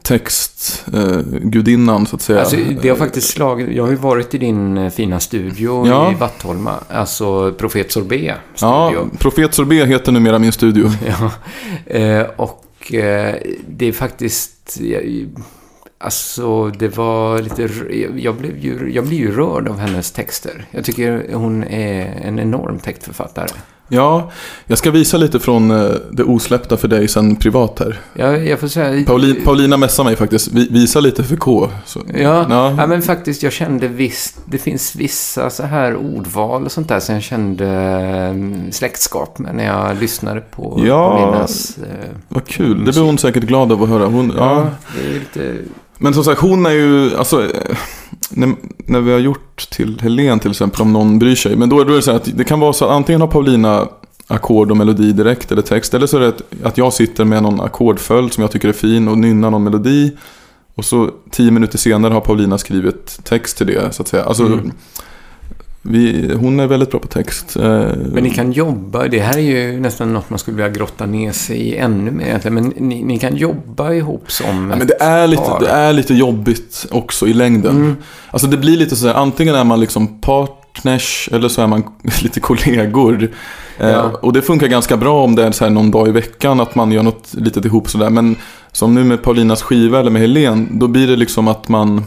textgudinnan så att säga. Alltså, det har faktiskt slagit. Jag har ju varit i din fina studio i Vattholma. Alltså Profet Sorbet studio. Ja, Profet Sorbet heter numera min studio. Ja, och det är faktiskt alltså det var lite jag blir ju rörd av hennes texter. Jag tycker hon är en enorm textförfattare. Ja, jag ska visa lite från det osläppta för dig sen privat här. Ja, jag får säga Paulina mässar mig faktiskt. Visa lite för K. Så. Ja, men faktiskt jag kände visst det finns vissa så här ordval och sånt där som jag kände släktskap med när jag lyssnade på Paulinas vad kul. Musik. Det blir hon säkert glad av att höra. Det är lite. Men som sagt, hon är ju alltså när vi har gjort till Helen till exempel, om någon bryr sig, men då är det så att det kan vara så att antingen har Paulina ackord och melodi direkt eller text, eller så är det att jag sitter med någon ackordföljd som jag tycker är fin och nynnar någon melodi, och så 10 minuter senare har Paulina skrivit text till det så att säga. Alltså hon är väldigt bra på text. Men ni kan jobba, det här är ju nästan något man skulle vilja grotta ner sig i ännu mer egentligen, men ni kan jobba ihop som men det är lite jobbigt också i längden. Alltså det blir lite så här, antingen är man liksom partners eller så är man lite kollegor. Och det funkar ganska bra om det är så här någon dag i veckan att man gör något litet ihop sådär, men som nu med Paulinas skiva eller med Helen, då blir det liksom att man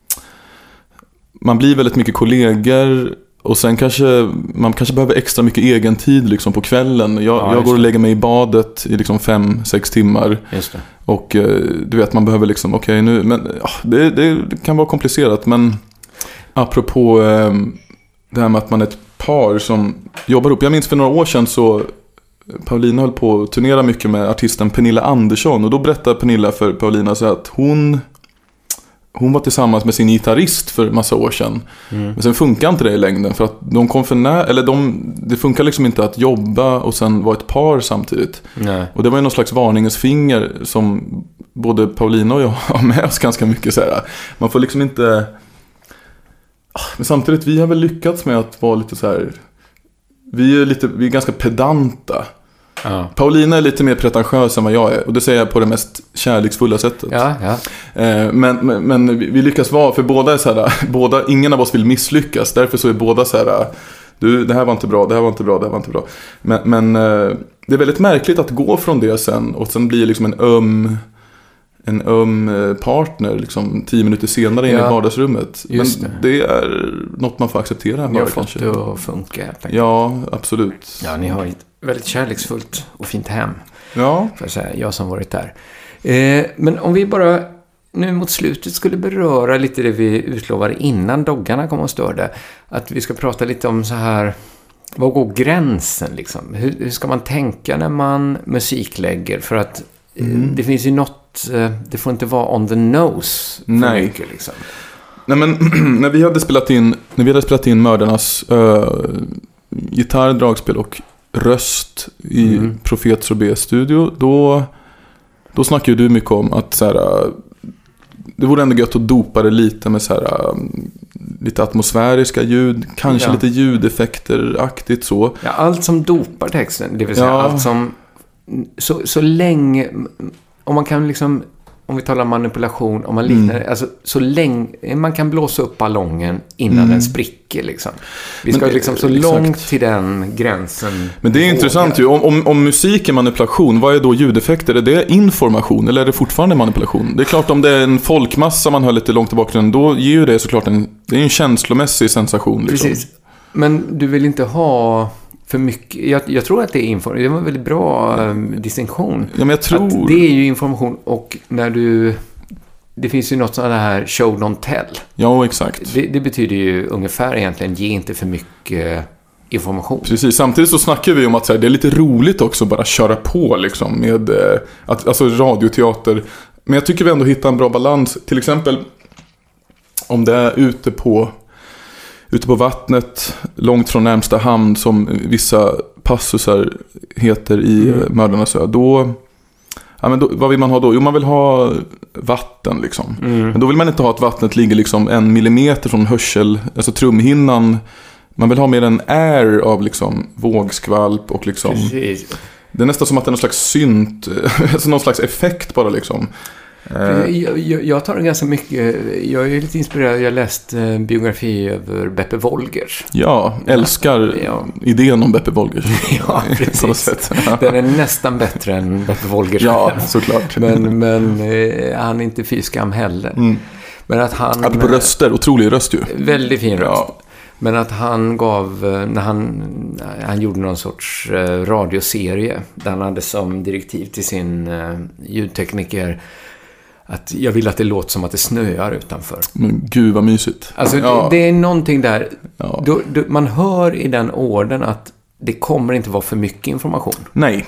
blir väldigt mycket kollegor. Och sen man kanske behöver extra mycket egen tid liksom på kvällen. Jag går och lägger mig i badet i liksom 5-6 timmar. Just det. Och du vet, man behöver liksom det kan vara komplicerat. Men apropå det här med att man är ett par som jobbar ihop. Jag minns för några år sedan så Paulina höll på att turnera mycket med artisten Pernilla Andersson. Och då berättade Pernilla för Paulina så att hon var tillsammans med sin gitarrist för massa år sedan. Men sen funkar inte det i längden för att de kom för nära, eller det funkar liksom inte att jobba och sen vara ett par samtidigt. Nej. Och det var ju någon slags varningens finger som både Paulina och jag har med oss ganska mycket så här. Man får liksom inte. Men samtidigt, vi har väl lyckats med att vara lite så här. Vi är ganska pedanta. Ja. Paulina är lite mer pretentiös än vad jag är, och det säger jag på det mest kärleksfulla sättet. Men vi lyckas vara, för båda är så här, ingen av oss vill misslyckas. Därför så är båda så här, det här var inte bra, det här var inte bra, det här var inte bra. Men det är väldigt märkligt att gå från det sen och sen blir liksom en öm partner liksom 10 minuter senare in i vardagsrummet. Men det är något man får acceptera. Ni har fått det att funka. Ja, absolut. Ja, ni har ett väldigt kärleksfullt och fint hem. Ja. För att säga, jag som varit där. Men om vi bara nu mot slutet skulle beröra lite det vi utlovade innan doggarna kom och störde. Att vi ska prata lite om så här, vad går gränsen liksom? Hur ska man tänka när man musiklägger? För att det finns ju något, det får inte vara on the nose för mycket liksom. Nej, men när vi hade spelat in Mördarnas gitarr, dragspel och röst i Profet Sorbet studio, då snackar ju du mycket om att så här, det vore ändå gött att dopa det lite med så här, lite atmosfäriska ljud, kanske lite ljudeffekter-aktigt så. Ja, allt som dopar texten, det vill säga allt som så länge, om man kan liksom, om vi talar manipulation, om man liknar det, alltså så länge man kan blåsa upp ballongen innan den spricker liksom. Vi ska liksom så långt till den gränsen. Men det är intressant ju, om musik är manipulation, vad är då ljudeffekter? Är det information eller är det fortfarande manipulation? Det är klart, om det är en folkmassa man hör lite långt i bakgrunden, då ger ju det såklart det är en känslomässig sensation liksom. Precis. Men du vill inte ha, för mycket. Jag tror att det är information. Det var en väldigt bra distinktion. Ja, men jag tror... Att det är ju information och när du... Det finns ju något sånt här show don't tell. Ja, exakt. Det betyder ju ungefär egentligen ge inte för mycket information. Precis, samtidigt så snackar vi om att så här, det är lite roligt också att bara köra på liksom med alltså radioteater. Men jag tycker vi ändå hittar en bra balans. Till exempel om det är ute på vattnet, långt från närmsta hamn, som vissa passusar heter i Mördarnas ö, då, vad vill man ha då? Jo, man vill ha vatten liksom. Men då vill man inte ha att vattnet ligger liksom 1 millimeter från alltså trumhinnan. Man vill ha mer en air av liksom vågskvalp och liksom... Precis. Det är nästan som att det är någon slags synt, alltså någon slags effekt bara liksom. Jag tar det ganska mycket. Jag är lite inspirerad. Jag läst biografi över Beppe Wolgers. Ja, älskar idén om Beppe Wolgers. Ja, precis. Den är nästan bättre än Beppe Wolgers. Ja, såklart. Men han är inte fyskam heller. Men att han... På röster, otrolig röst ju. Väldigt fin röst. Ja. Men att han gav, när han gjorde någon sorts radioserie där han hade som direktiv till sin ljudtekniker att jag vill att det låter som att det snöar utanför. Men gud vad mysigt. Alltså det är någonting där, man hör i den orden att det kommer inte vara för mycket information. Nej.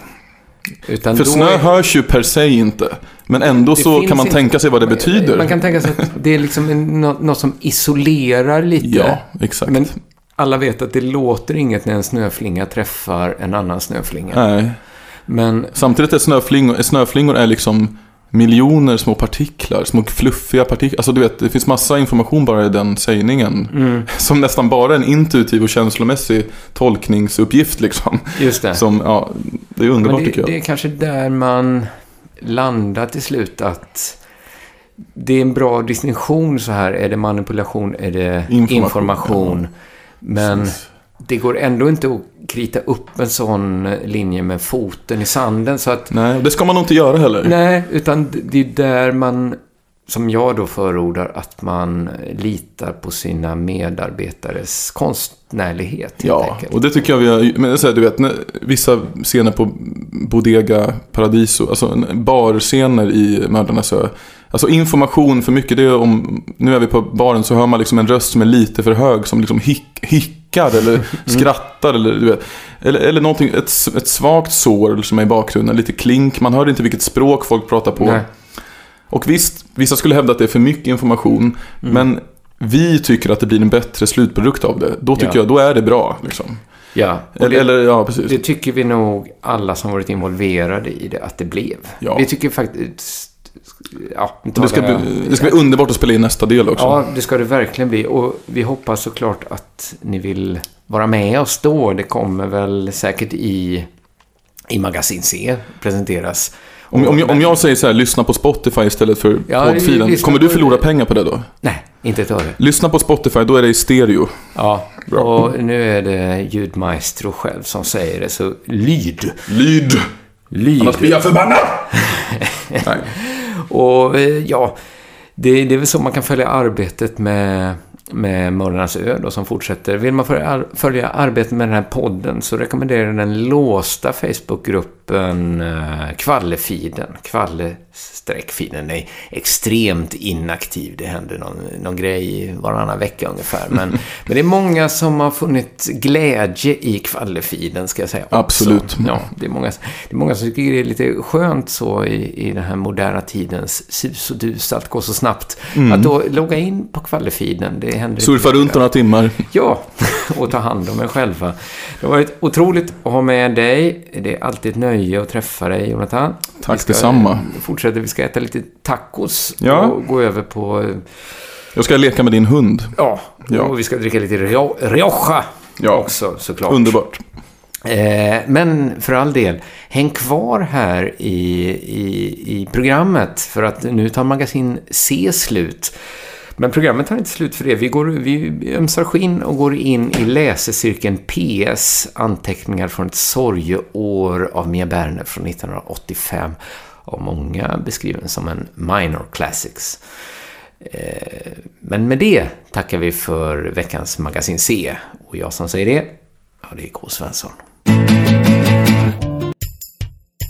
Utan för snö hörs ju per se inte. Men ändå så kan man tänka sig vad det betyder. Man kan tänka sig att det är liksom något som isolerar lite. Ja, exakt. Men alla vet att det låter inget när en snöflinga träffar en annan snöflinga. Nej. Men samtidigt är snöflingor är liksom miljoner små partiklar, små fluffiga partiklar. Alltså du vet, det finns massa information bara i den sägningen. Som nästan bara är en intuitiv och känslomässig tolkningsuppgift liksom. Just det. Som, det är underbart tycker jag. Det är kanske där man landar till slut att det är en bra distinktion så här. Är det manipulation? Är det information? Men det går ändå inte att krita upp en sån linje med foten i sanden. Så att, nej, det ska man nog inte göra heller. Nej, utan det är där man, som jag då förordar, att man litar på sina medarbetares konstnärlighet. Ja, enkelt. Och det tycker jag vi har, men så här, du vet, vissa scener på Bodega Paradiso, alltså barscener i Mördarnas ö. Alltså information för mycket, det är om, nu är vi på baren så hör man liksom en röst som är lite för hög, som liksom hickar eller skrattar eller du vet, eller någonting, ett svagt sår som är i bakgrunden, lite klink, man hör inte vilket språk folk pratar på. Nej. Och visst, vissa skulle hävda att det är för mycket information, men vi tycker att det blir en bättre slutprodukt av det. Då tycker jag, då är det bra liksom. Ja, precis. Det tycker vi nog alla som varit involverade i det att det blev. Ja. Vi tycker faktiskt det ska bli underbart att spela in nästa del också. Ja, det ska det verkligen bli. Och vi hoppas såklart att ni vill vara med oss då. Det kommer väl säkert i Magasin C presenteras. Om jag säger så här, lyssna på Spotify istället för poddfilen, kommer du förlora pengar på det då? Nej, inte ett öre. Lyssna på Spotify, då är det i stereo. Ja, bra. Och nu är det ljudmaestro själv som säger det, så lyd. Annars blir jag förbannad. Nej. Och det är väl så man kan följa arbetet med Mördarnas ö då, som fortsätter. Vill man följa arbetet med den här podden så rekommenderar jag den låsta Facebookgruppen Kvallefiden. Kvalle-feeden är extremt inaktiv. Det händer någon grej varannan vecka ungefär. Men det är många som har funnit glädje i Kvallefiden, ska jag säga. Också. Absolut. Ja, det är många som tycker det är lite skönt så i den här moderna tidens sus och dus. Allt går så snabbt. Att då logga in på Kvallefiden, det händer. Surfa runt några timmar. Ja, och ta hand om er själva. Det har varit otroligt att ha med dig. Det är alltid ett nöje att träffa dig, Jonathan. Tack detsamma. Vi ska äta lite tacos och gå över på... Jag ska leka med din hund. Ja. Och vi ska dricka lite Rioja också, såklart. Underbart. Men för all del, häng kvar här i programmet, för att nu tar Magasin C slut. Men programmet tar inte slut för det. Vi ömsar skinn och går in i läsecirkeln PS, anteckningar från ett sorgeår av Mia Berner från 1985. Och många beskriven som en minor classics. Men med det tackar vi för veckans Magasin C. Och jag som säger det, det är K. Svensson.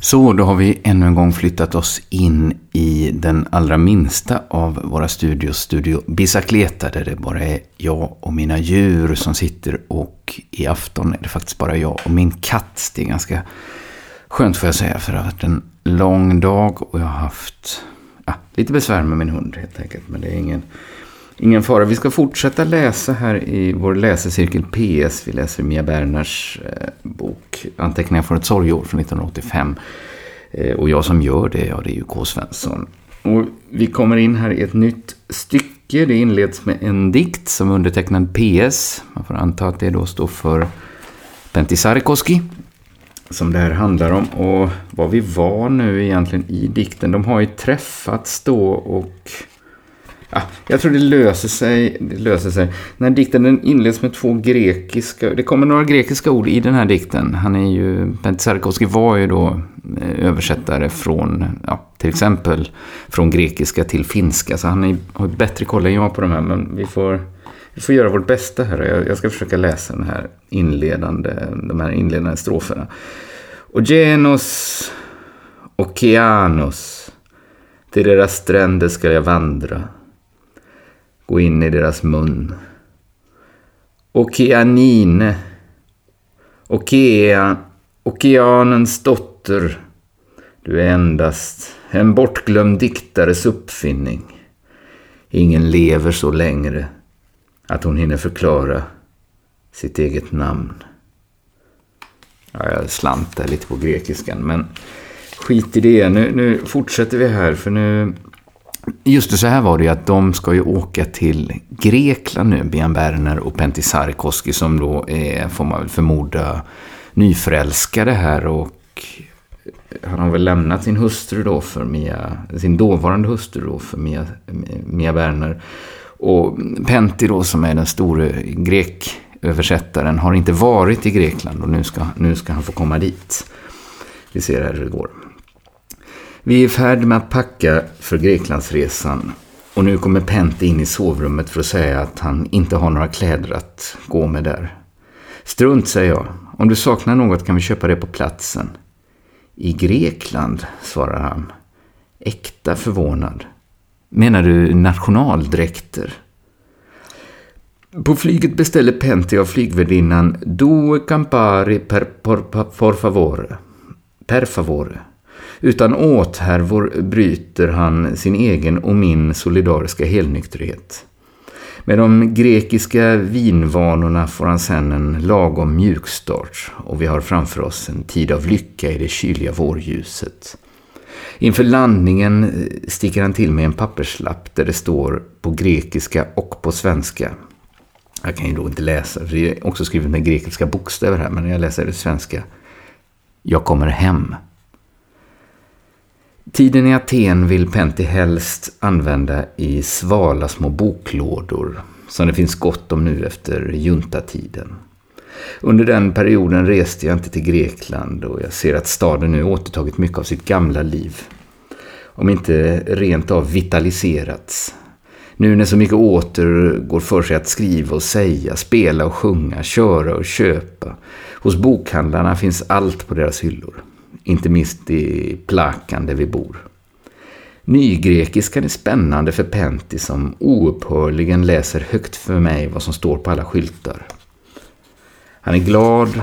Så då har vi ännu en gång flyttat oss in i den allra minsta av våra studios, Studio Bicicleta, där det bara är jag och mina djur som sitter, och i afton är det faktiskt bara jag och min katt. Det är ganska skönt, får jag säga, för det har varit en lång dag och jag har haft lite besvär med min hund helt enkelt, men det är ingen fara. Vi ska fortsätta läsa här i vår läsecirkel PS. Vi läser Mia Berners bok Anteckningar från ett sorgår från 1985. Och jag som gör det, det är ju K. Svensson. Och vi kommer in här i ett nytt stycke. Det inleds med en dikt som undertecknad PS. Man får anta att det då står för Pentti Sarikoski, som det här handlar om. Och vad vi var nu egentligen i dikten. De har ju träffats då och... jag tror det löser sig. Den här dikten, den inleds med det kommer några grekiska ord i den här dikten. Pentti Sarikoski var ju då översättare från, till exempel från grekiska till finska. Så han har bättre koll än jag på de här, men vi får göra vårt bästa här. Jag ska försöka läsa de här inledande stroferna. Ogenos, Okeanos, till deras stränder ska jag vandra. Gå in i deras mun. Okeanine, okeanens dotter, du är endast en bortglömd diktares uppfinning. Ingen lever så längre att hon hinner förklara sitt eget namn. Jag slantar lite på grekiskan, men skit i det. Nu fortsätter vi här, för nu... Just det, så här var det ju att de ska ju åka till Grekland nu, Mia Berner och Pentti Sarikoski, som då är, får man väl förmoda, nyförälskade här, och han har väl lämnat sin hustru då sin dåvarande hustru då för Mia Berner, och Pentti då, som är den store greköversättaren, har inte varit i Grekland, och nu ska han få komma dit. Vi ser här hur det går. Vi är i färd med att packa för Greklandsresan, och nu kommer Pentti in i sovrummet för att säga att han inte har några kläder att gå med där. Strunt, säger jag. Om du saknar något kan vi köpa det på platsen. I Grekland, svarar han. Äkta förvånad. Menar du nationaldräkter? På flyget beställer Pentti av flygvärdinnan Due campari per favore. Utan åthärvor bryter han sin egen och min solidariska helnykterhet. Med de grekiska vinvanorna får han sedan en lagom mjukstart, och vi har framför oss en tid av lycka i det kyliga vårljuset. Inför landningen sticker han till med en papperslapp där det står på grekiska och på svenska. Jag kan ju då inte läsa, för det är också skrivet med grekiska bokstäver här, men när jag läser det svenska. Jag kommer hem. Tiden i Aten vill Pentti helst använda i svala små boklådor, som det finns gott om nu efter juntatiden. Under den perioden reste jag inte till Grekland, och jag ser att staden nu återtagit mycket av sitt gamla liv, om inte rent av vitaliserats. Nu när så mycket åter går för sig att skriva och säga, spela och sjunga, köra och köpa. Hos bokhandlarna finns allt på deras hyllor. Inte minst i Plakan där vi bor. Nygrekiskan är spännande för Pentti, som oupphörligen läser högt för mig vad som står på alla skyltar. Han är glad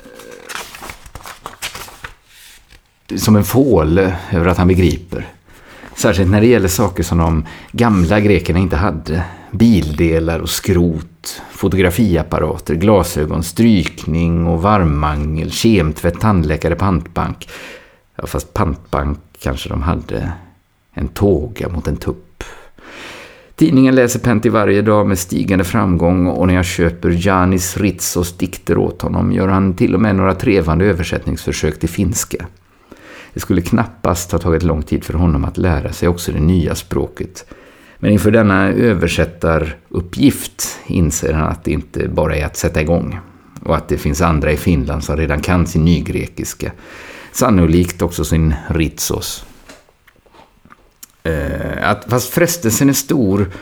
som en fåle över att han begriper. Särskilt när det gäller saker som de gamla grekerna inte hade. Bildelar och skrot, fotografiapparater, glasögon, strykning och varmmangel, kemtvätt, tandläkare, pantbank. Ja, fast pantbank kanske de hade. En tåga mot en tupp. Tidningen läser Pentti varje dag med stigande framgång, och när jag köper Janis Ritsos dikter åt honom gör han till och med några trevande översättningsförsök till finska. Det skulle knappast ha tagit lång tid för honom att lära sig också det nya språket. Men inför denna översättaruppgift inser han att det inte bara är att sätta igång, och att det finns andra i Finland som redan kan sin nygrekiska. Sannolikt också sin Ritsos. Fast frestelsen är stor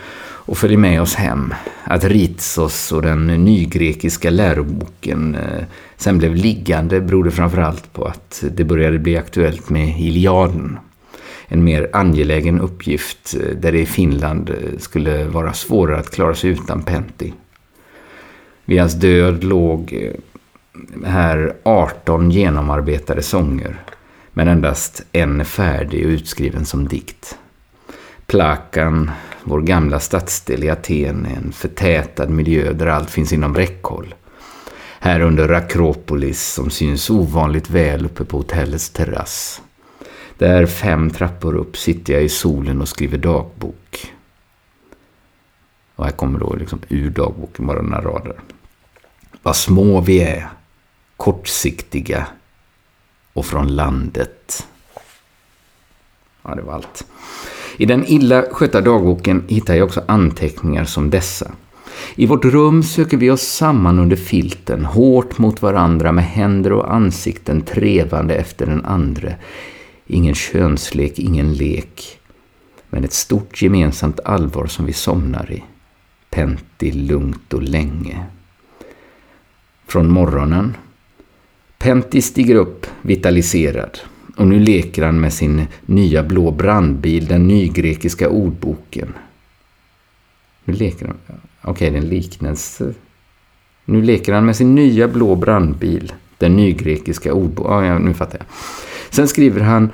och följer med oss hem. Att Ritsos och den nygrekiska läroboken sen blev liggande berodde framförallt på att det började bli aktuellt med Iliaden. En mer angelägen uppgift där det i Finland skulle vara svårare att klara sig utan Pentti. Vid hans död låg här 18 genomarbetade sånger, men endast en färdig och utskriven som dikt. Plakan, vår gamla stadsdel i Aten, är en förtätad miljö där allt finns inom räckhåll. Här under Akropolis, som syns ovanligt väl uppe på hotellets terrass. Där 5 trappor upp sitter jag i solen och skriver dagbok. Och här kommer då liksom ur dagboken bara några rader. Vad små vi är, kortsiktiga och från landet. Ja, det var allt. I den illa skötta dagboken hittar jag också anteckningar som dessa. I vårt rum söker vi oss samman under filten, hårt mot varandra med händer och ansikten trevande efter den andra. Ingen könslek, ingen lek, men ett stort gemensamt allvar som vi somnar i. Pentti lugnt och länge. Från morgonen. Pentti stiger upp, vitaliserad. Och nu leker han med sin nya blå brandbil, den nygrekiska ordboken. Nu leker han... Okej, det är en liknelse. Nu leker han med sin nya blå brandbil, den nygrekiska ordboken. Ja, nu fattar jag. Sen skriver han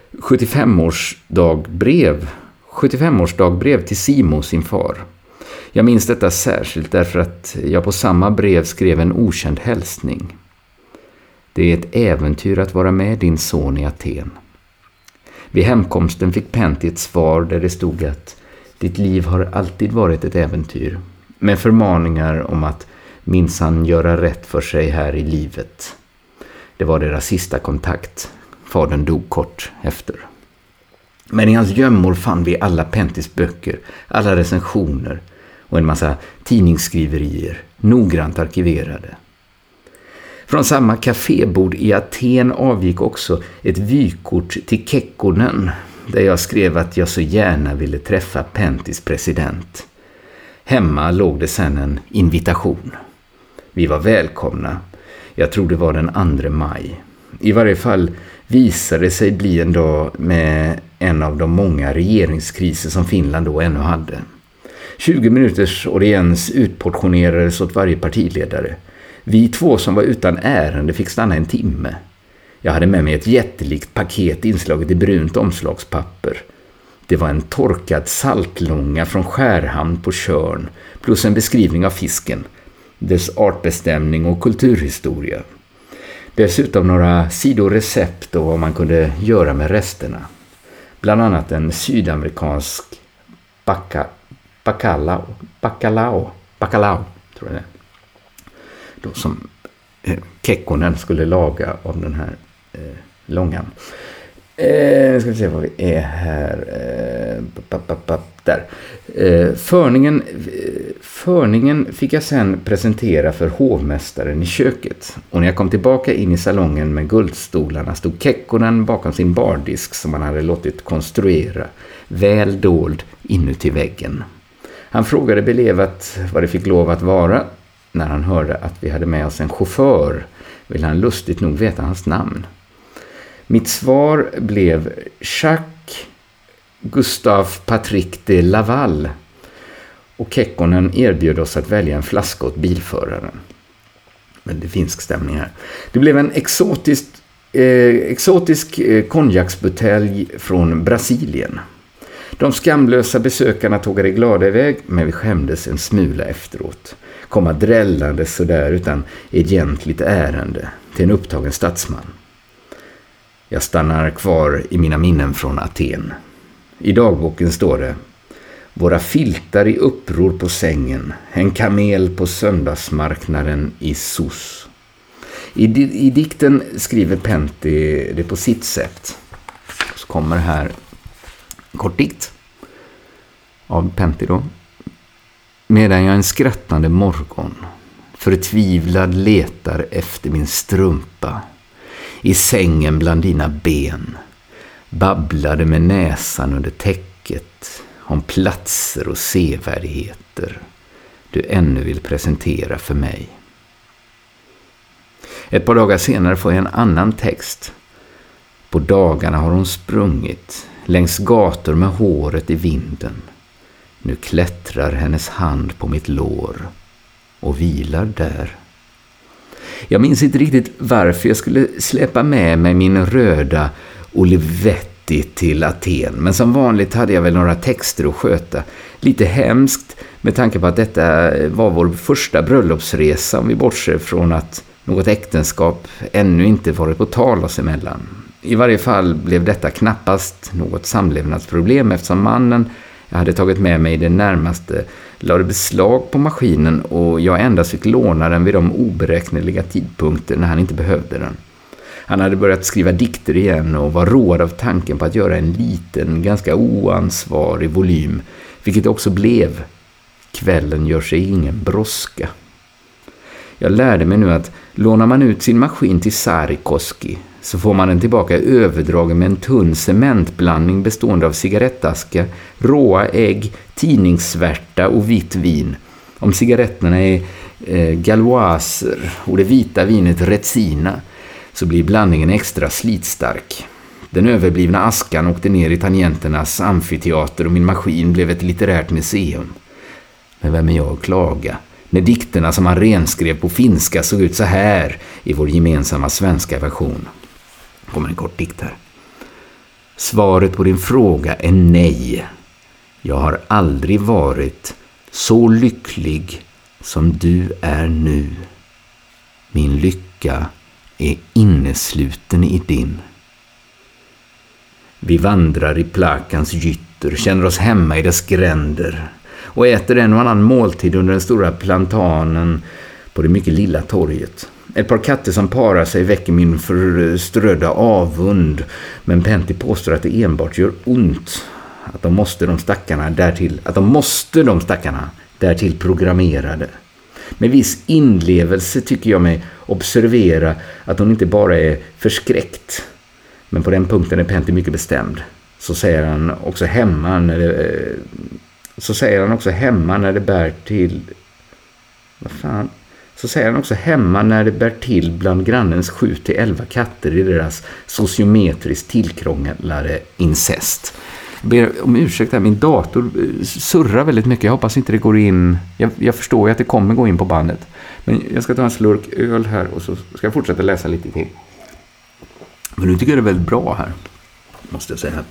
75-årsdagbrev till Simo, sin far. Jag minns detta särskilt därför att jag på samma brev skrev en okänd hälsning. Det är ett äventyr att vara med din son i Aten. Vid hemkomsten fick Pentti ett svar där det stod att ditt liv har alltid varit ett äventyr, med förmaningar om att minsann göra rätt för sig här i livet. Det var deras sista kontakt. Fadern dog kort efter. Men i hans gömmor fann vi alla Penttis böcker, alla recensioner och en massa tidningsskriverier, noggrant arkiverade. Från samma kafébord i Aten avgick också ett vykort till Kekkonen, där jag skrev att jag så gärna ville träffa Penttis president. Hemma låg det sedan en invitation. Vi var välkomna. Jag tror det var den 2 maj. I varje fall visade det sig bli en dag med en av de många regeringskriser som Finland då ännu hade. 20 minuters audiens utportionerades åt varje partiledare. Vi 2 som var utan ärende fick stanna en timme. Jag hade med mig ett jättelikt paket inslaget i brunt omslagspapper. Det var en torkad saltlånga från Skärhamn på Tjörn, plus en beskrivning av fisken, dess artbestämning och kulturhistoria. Dessutom några sidorecept och vad man kunde göra med resterna. Bland annat en sydamerikansk bacalao, tror jag det. Då som Kekkonen skulle laga av den här långan. Ska vi se vad vi är här. Där. Förningen fick jag sen presentera för hovmästaren i köket. Och när jag kom tillbaka in i salongen med guldstolarna stod Kekkonen bakom sin bardisk som han hade låtit konstruera, väl dold inuti väggen. Han frågade belevat vad det fick lov att vara. När han hörde att vi hade med oss en chaufför ville han lustigt nog veta hans namn. Mitt svar blev Jacques Gustave Patrick de Laval, och Kekkonen erbjöd oss att välja en flaska åt bilföraren. Men det är finsk stämning här. Det blev en exotisk konjaksbutelj från Brasilien. De skamlösa besökarna tågade glada iväg, men vi skämdes en smula efteråt. Komma drällande sådär utan egentligt ärende till en upptagen statsman. Jag stannar kvar i mina minnen från Aten. I dagboken står det: våra filtar i uppror på sängen, en kamel på söndagsmarknaden i Sos. I dikten skriver Pentti det på sitt sätt. Så kommer här en kort dikt av Pentti då. Medan jag en skrattande morgon förtvivlad letar efter min strumpa i sängen bland dina ben, babblade med näsan under täcket om platser och sevärdheter du ännu vill presentera för mig. Ett par dagar senare får jag en annan text. På dagarna har hon sprungit längs gator med håret i vinden. Nu klättrar hennes hand på mitt lår och vilar där. Jag minns inte riktigt varför jag skulle släppa med mig min röda Olivetti till Aten. Men som vanligt hade jag väl några texter att sköta. Lite hemskt med tanke på att detta var vår första bröllopsresa, om vi bortser från att något äktenskap ännu inte varit på tal oss emellan. I varje fall blev detta knappast något samlevnadsproblem eftersom mannen jag hade tagit med mig i det närmaste lade beslag på maskinen och jag endast fick låna den vid de oberäkneliga tidpunkter när han inte behövde den. Han hade börjat skriva dikter igen och var road av tanken på att göra en liten, ganska oansvarig volym, vilket också blev. Kvällen gör sig ingen brådska. Jag lärde mig nu att lånar man ut sin maskin till Sarikoski så får man den tillbaka överdragen med en tunn cementblandning bestående av cigarettaska, råa ägg, tidningssvärta och vitt vin. Om cigaretterna är galoiser och det vita vinet Retsina så blir blandningen extra slitstark. Den överblivna askan åkte ner i tangenternas amfiteater och min maskin blev ett litterärt museum. Men vem är jag att klaga? När dikterna som han renskrev på finska såg ut så här i vår gemensamma svenska version. Kommer en kort dikt här. Svaret på din fråga är nej. Jag har aldrig varit så lycklig som du är nu. Min lycka är innesluten i din. Vi vandrar i Plakans gytter, känner oss hemma i dess gränder och äter en och annan måltid under den stora plantanen på det mycket lilla torget. Ett par katter som parar sig väcker min förströdda avund, men Pentti påstår att det enbart gör ont. Att de måste de stackarna därtill programmerade. Med viss inlevelse tycker jag mig observera att hon inte bara är förskräckt. Men på den punkten är Pentti mycket bestämd. Så säger han också hemma när det bär till... Så säger han också hemma när det bär till bland grannens 7-11 katter i deras sociometriskt tillkrånglade incest. Jag ber om ursäkt här, min dator surrar väldigt mycket. Jag hoppas inte det går in. Jag förstår ju att det kommer gå in på bandet. Men jag ska ta en slurk öl här och så ska jag fortsätta läsa lite till. Men nu tycker jag det är väldigt bra här, måste jag säga.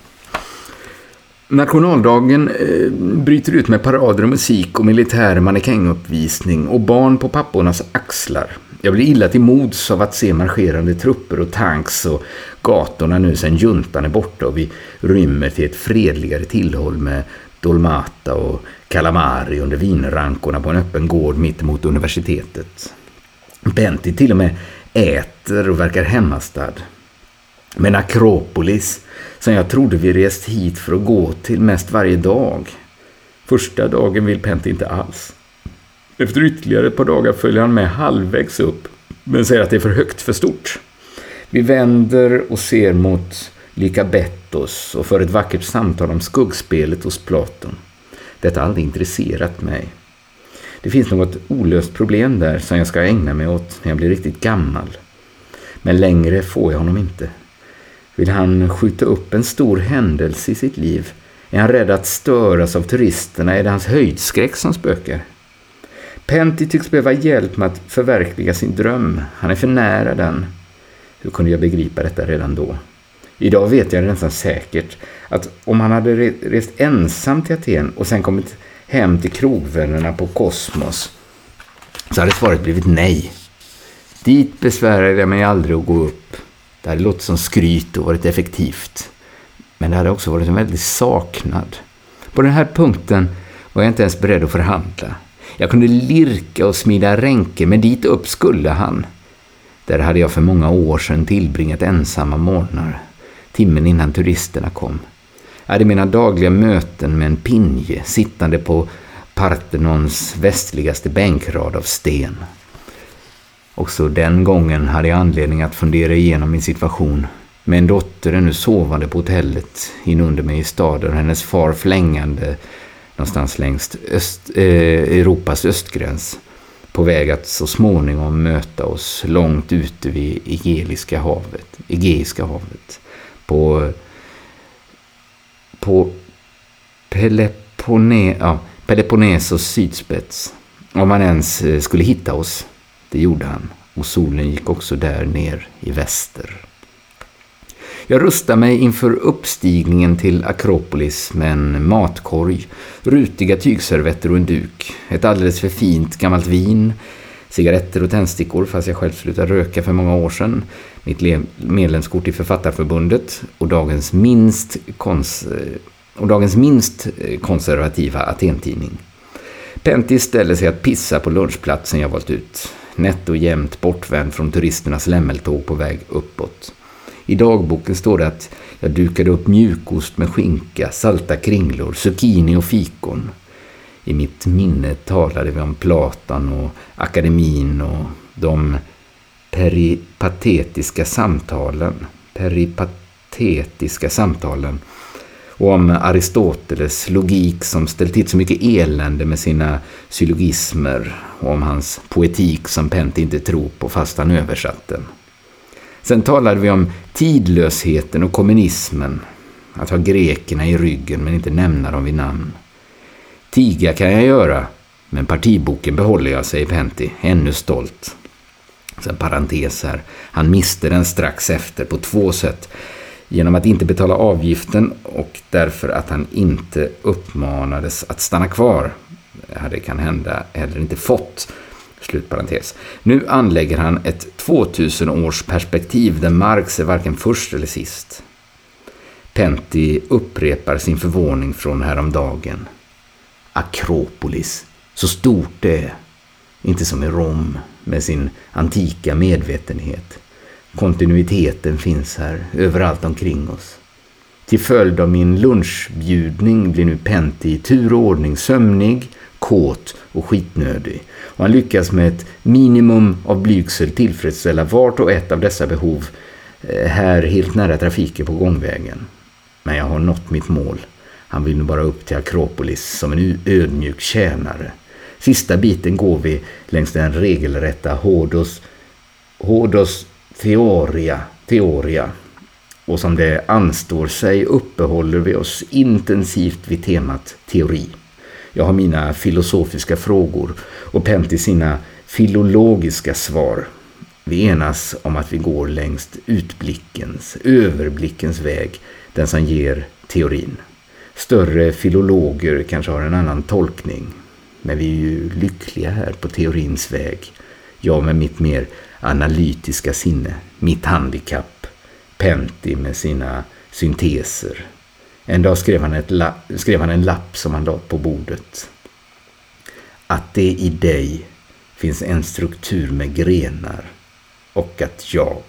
Nationaldagen bryter ut med parader och musik och militär mannekänguppvisning och barn på pappornas axlar. Jag blir illa till mods av att se marscherande trupper och tanks och gatorna nu sen juntan är borta och vi rymmer till ett fredligare tillhåll med dolmata och calamari under vinrankorna på en öppen gård mitt emot universitetet. Pentti till och med äter och verkar hemmastad. Men Akropolis, som jag trodde vi rest hit för att gå till mest varje dag. Första dagen vill Pentti inte alls. Efter ytterligare ett par dagar följer han med halvvägs upp, men säger att det är för högt, för stort. Vi vänder och ser mot Lycabettos och för ett vackert samtal om skuggspelet hos Platon. Detta har aldrig intresserat mig. Det finns något olöst problem där som jag ska ägna mig åt när jag blir riktigt gammal. Men längre får jag honom inte. Vill han skjuta upp en stor händelse i sitt liv? Är han rädd att störas av turisterna? Är det hans höjdskräck som spökar? Pentti tycks behöva hjälp med att förverkliga sin dröm. Han är för nära den. Hur kunde jag begripa detta redan då? Idag vet jag nästan säkert att om han hade rest ensam till Aten och sen kommit hem till krogvännerna på Kosmos så hade svaret blivit nej. Dit besvärade jag mig aldrig att gå upp. Det hade låtit som skryt och varit effektivt. Men det hade också varit en väldigt saknad. På den här punkten var jag inte ens beredd att förhandla. Jag kunde lirka och smida ränker, men dit upp skulle han. Där hade jag för många år sedan tillbringat ensamma morgnar, timmen innan turisterna kom. Jag hade mina dagliga möten med en pinje sittande på Parthenons västligaste bänkrad av sten. Också den gången hade jag anledning att fundera igenom min situation. med en dotter ännu sovande på hotellet inunder mig i staden och hennes far flängande någonstans längs Europas östgräns, på väg att så småningom möta oss långt ute vid Egeiska havet, på Peloponnesos sydspets. Om han ens skulle hitta oss, det gjorde han, och solen gick också där ner i väster. Jag rustade mig inför uppstigningen till Akropolis med en matkorg, rutiga tygservetter och en duk, ett alldeles för fint gammalt vin, cigaretter och tändstickor fast jag själv slutade röka för många år sedan, mitt medlemskort i Författarförbundet och dagens minst konservativa Aten-tidning. Pentti ställer sig att pissa på lunchplatsen jag valt ut, nätt och jämnt bortvänd från turisternas lämmeltåg på väg uppåt. I dagboken står det att jag dukade upp mjukost med skinka, salta kringlor, zucchini och fikon. I mitt minne talade vi om Platon och akademin och de peripatetiska samtalen och om Aristoteles logik som ställt till så mycket elände med sina syllogismer och om hans poetik som Pentti inte tror på fast han översatt den. Sen talade vi om tidlösheten och kommunismen, att ha grekerna i ryggen men inte nämna dem vid namn. Tiga kan jag göra, men partiboken behåller jag, säger Pentti, ännu stolt. Sen parentes här, han miste den strax efter på 2 sätt. Genom att inte betala avgiften och därför att han inte uppmanades att stanna kvar. Det hade kan hända eller inte fått. Slutparentes. Nu anlägger han ett 2000 års perspektiv där Marx är varken först eller sist. Pentti upprepar sin förvåning från häromdagen. Akropolis, så stort det är. Inte som i Rom med sin antika medvetenhet. Kontinuiteten finns här överallt omkring oss. Till följd av min lunchbjudning blir nu Pentti i tur och ordning sömnig, kåt och skitnödig. Och han lyckas med ett minimum av blygsel tillfredsställa vart och ett av dessa behov här helt nära trafiken på gångvägen. Men jag har nått mitt mål. Han vill nu bara upp till Akropolis som en ödmjuk tjänare. Sista biten går vi längs den regelrätta Hodos Theoria. Och som det anstår sig uppehåller vi oss intensivt vid temat teori. Jag har mina filosofiska frågor och Pentti sina filologiska svar. Vi enas om att vi går längs överblickens väg, den som ger teorin. Större filologer kanske har en annan tolkning, men vi är ju lyckliga här på teorins väg. Jag med mitt mer analytiska sinne, mitt handikapp, Pentti med sina synteser. En dag skrev han en lapp som han la på bordet. Att det i dig finns en struktur med grenar och att jag.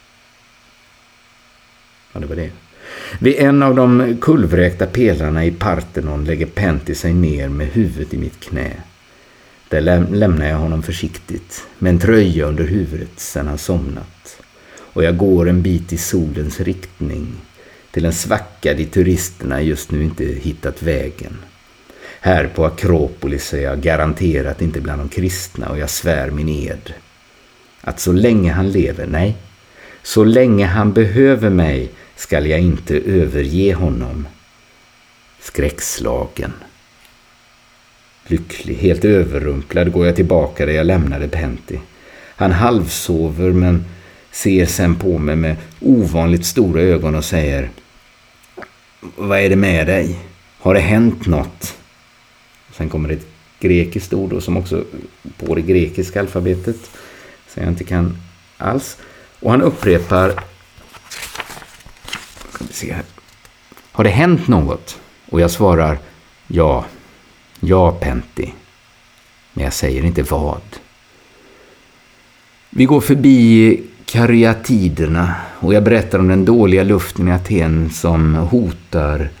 Ja, det var det. Vid en av de kullvräkta pelarna i Parthenon lägger Pentti sig ner med huvudet i mitt knä. Där lämnar jag honom försiktigt med en tröja under huvudet sedan han somnat. Och jag går en bit i solens riktning till en svacka dit turisterna just nu inte hittat vägen. Här på Akropolis är jag garanterat inte bland de kristna och jag svär min ed. Att så länge han lever, nej, så länge han behöver mig skall jag inte överge honom. Skräckslagen. Lycklig, helt överrumplad går jag tillbaka där jag lämnade Pentti. Han halvsover men ser sen på mig med ovanligt stora ögon och säger: vad är det med dig? Har det hänt något? Sen kommer ett grekiskt ord som också på det grekiska alfabetet så jag inte kan alls. Och han upprepar: ska vi se här. Har det hänt något? Och jag svarar: ja Pentti. Men jag säger inte vad. Vi går förbi karyatiderna och jag berättar om den dåliga luften i Aten som hotar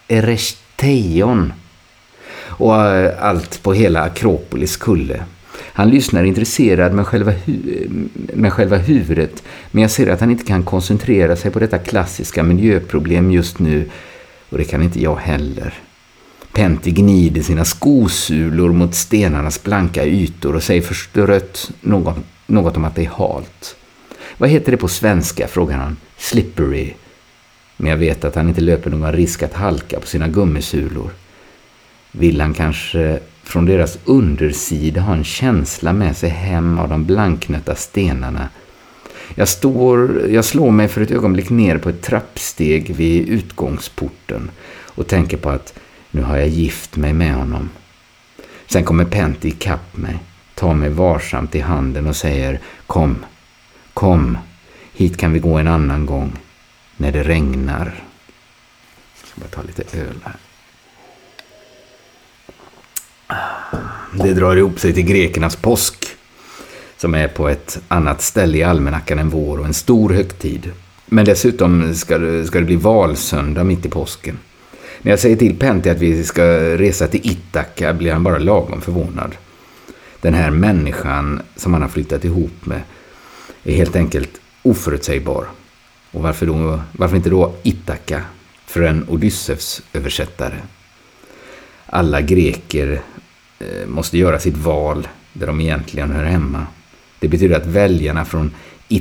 Erechtheion och allt på hela Akropolis kulle. Han lyssnar intresserad med själva huvudet, men jag ser att han inte kan koncentrera sig på detta klassiska miljöproblem just nu, och det kan inte jag heller. Pentti gnider sina skosulor mot stenarnas blanka ytor och säger förstrött något om att det är halt. Vad heter det på svenska, frågar han. Slippery. Men jag vet att han inte löper någon risk att halka på sina gummisulor. Vill han kanske från deras undersida ha en känsla med sig hem av de blanknötta stenarna? Jag slår mig för ett ögonblick ner på ett trappsteg vid utgångsporten och tänker på att nu har jag gift mig med honom. Sen kommer Pentti ikapp mig, tar mig varsamt i handen och säger: Kom, hit kan vi gå en annan gång, när det regnar. Jag ska bara ta lite öl här. Det drar ihop sig till grekernas påsk, som är på ett annat ställe i almanackan än vår och en stor högtid. Men dessutom ska det bli valsöndag mitt i påsken. När jag säger till Pentti att vi ska resa till Ithaka blir han bara lagom förvånad. Den här människan som han har flyttat ihop med är helt enkelt oförutsägbar. Och varför inte då Ithaka för en Odysseus översättare? Alla greker måste göra sitt val där de egentligen hör hemma. Det betyder att väljarna från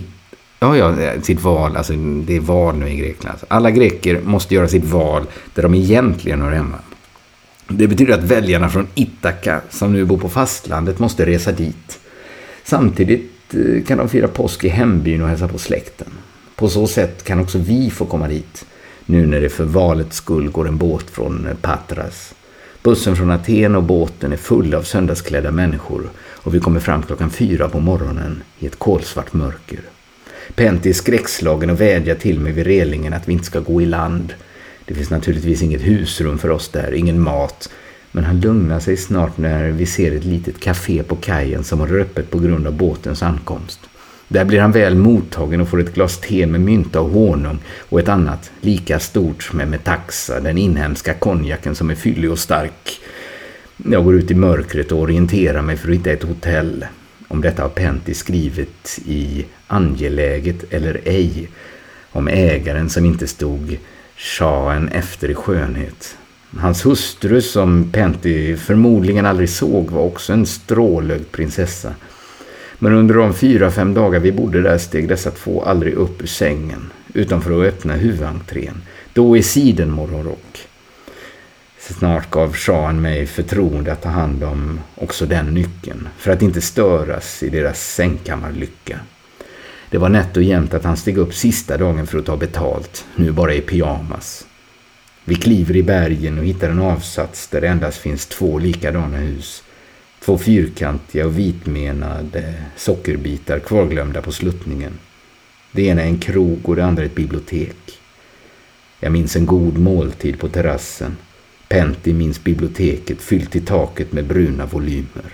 sitt val, alltså det är val nu i Grekland. Alla greker måste göra sitt val där de egentligen hör hemma. Det betyder att väljarna från Ithaka, som nu bor på fastlandet, måste resa dit. Samtidigt kan de fira påsk i hembyn och hälsa på släkten. På så sätt kan också vi få komma dit, nu när det för valets skull går en båt från Patras. Bussen från Aten och båten är full av söndagsklädda människor och vi kommer fram 4:00 på morgonen i ett kolsvart mörker. Pentti är skräckslagen och vädjar till mig vid relingen att vi inte ska gå i land. Det finns naturligtvis inget husrum för oss där, ingen mat, men han lugnar sig snart när vi ser ett litet café på kajen som har öppet på grund av båtens ankomst. Där blir han väl mottagen och får ett glas te med mynta och honung och ett annat, lika stort med metaxa, den inhemska konjaken som är fyllig och stark. Jag går ut i mörkret och orienterar mig för att hitta ett hotell. Om detta har Pentti skrivit i Angeläget eller ej, om ägaren som inte stod shahen efter i skönhet. Hans hustru, som Pentti förmodligen aldrig såg, var också en strålögd prinsessa. Men under de 4-5 dagar vi bodde där steg dessa två aldrig upp ur sängen, utan för att öppna huvudentrén, då i sidenmorgonrock. Snart gav shahen mig förtroende att ta hand om också den nyckeln, för att inte störas i deras sängkammarlycka. Det var nätt och jämnt att han steg upp sista dagen för att ta betalt, nu bara i pyjamas. Vi kliver i bergen och hittar en avsats där det endast finns 2 likadana hus. 2 fyrkantiga och vitmenade sockerbitar kvarglömda på sluttningen. Det ena är en krog och det andra ett bibliotek. Jag minns en god måltid på terrassen. Pentti minns biblioteket fyllt i taket med bruna volymer.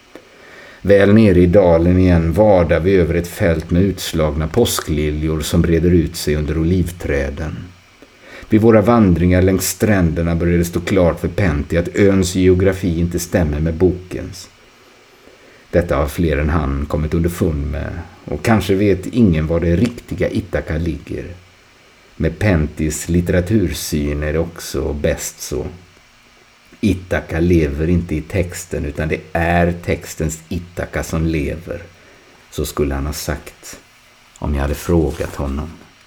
Väl nere i dalen igen vadar vi över ett fält med utslagna påskliljor som breder ut sig under olivträden. Vid våra vandringar längs stränderna började det stå klart för Pentti att öns geografi inte stämmer med bokens. Detta har fler än han kommit underfund med, och kanske vet ingen var det riktiga Ithaka ligger. Med Penttis litteratursyn är det också bäst så. Ithaka lever inte i texten, utan det är textens Ithaka som lever. Så skulle han ha sagt om jag hade frågat honom.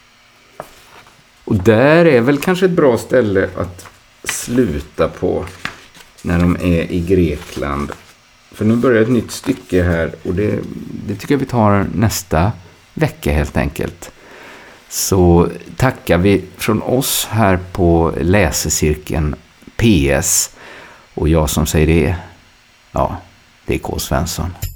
Och där är väl kanske ett bra ställe att sluta på när de är i Grekland. För nu börjar ett nytt stycke här, och det tycker jag vi tar nästa vecka helt enkelt. Så tackar vi från oss här på läsecirkeln PS. Och jag som säger det är K. Svensson.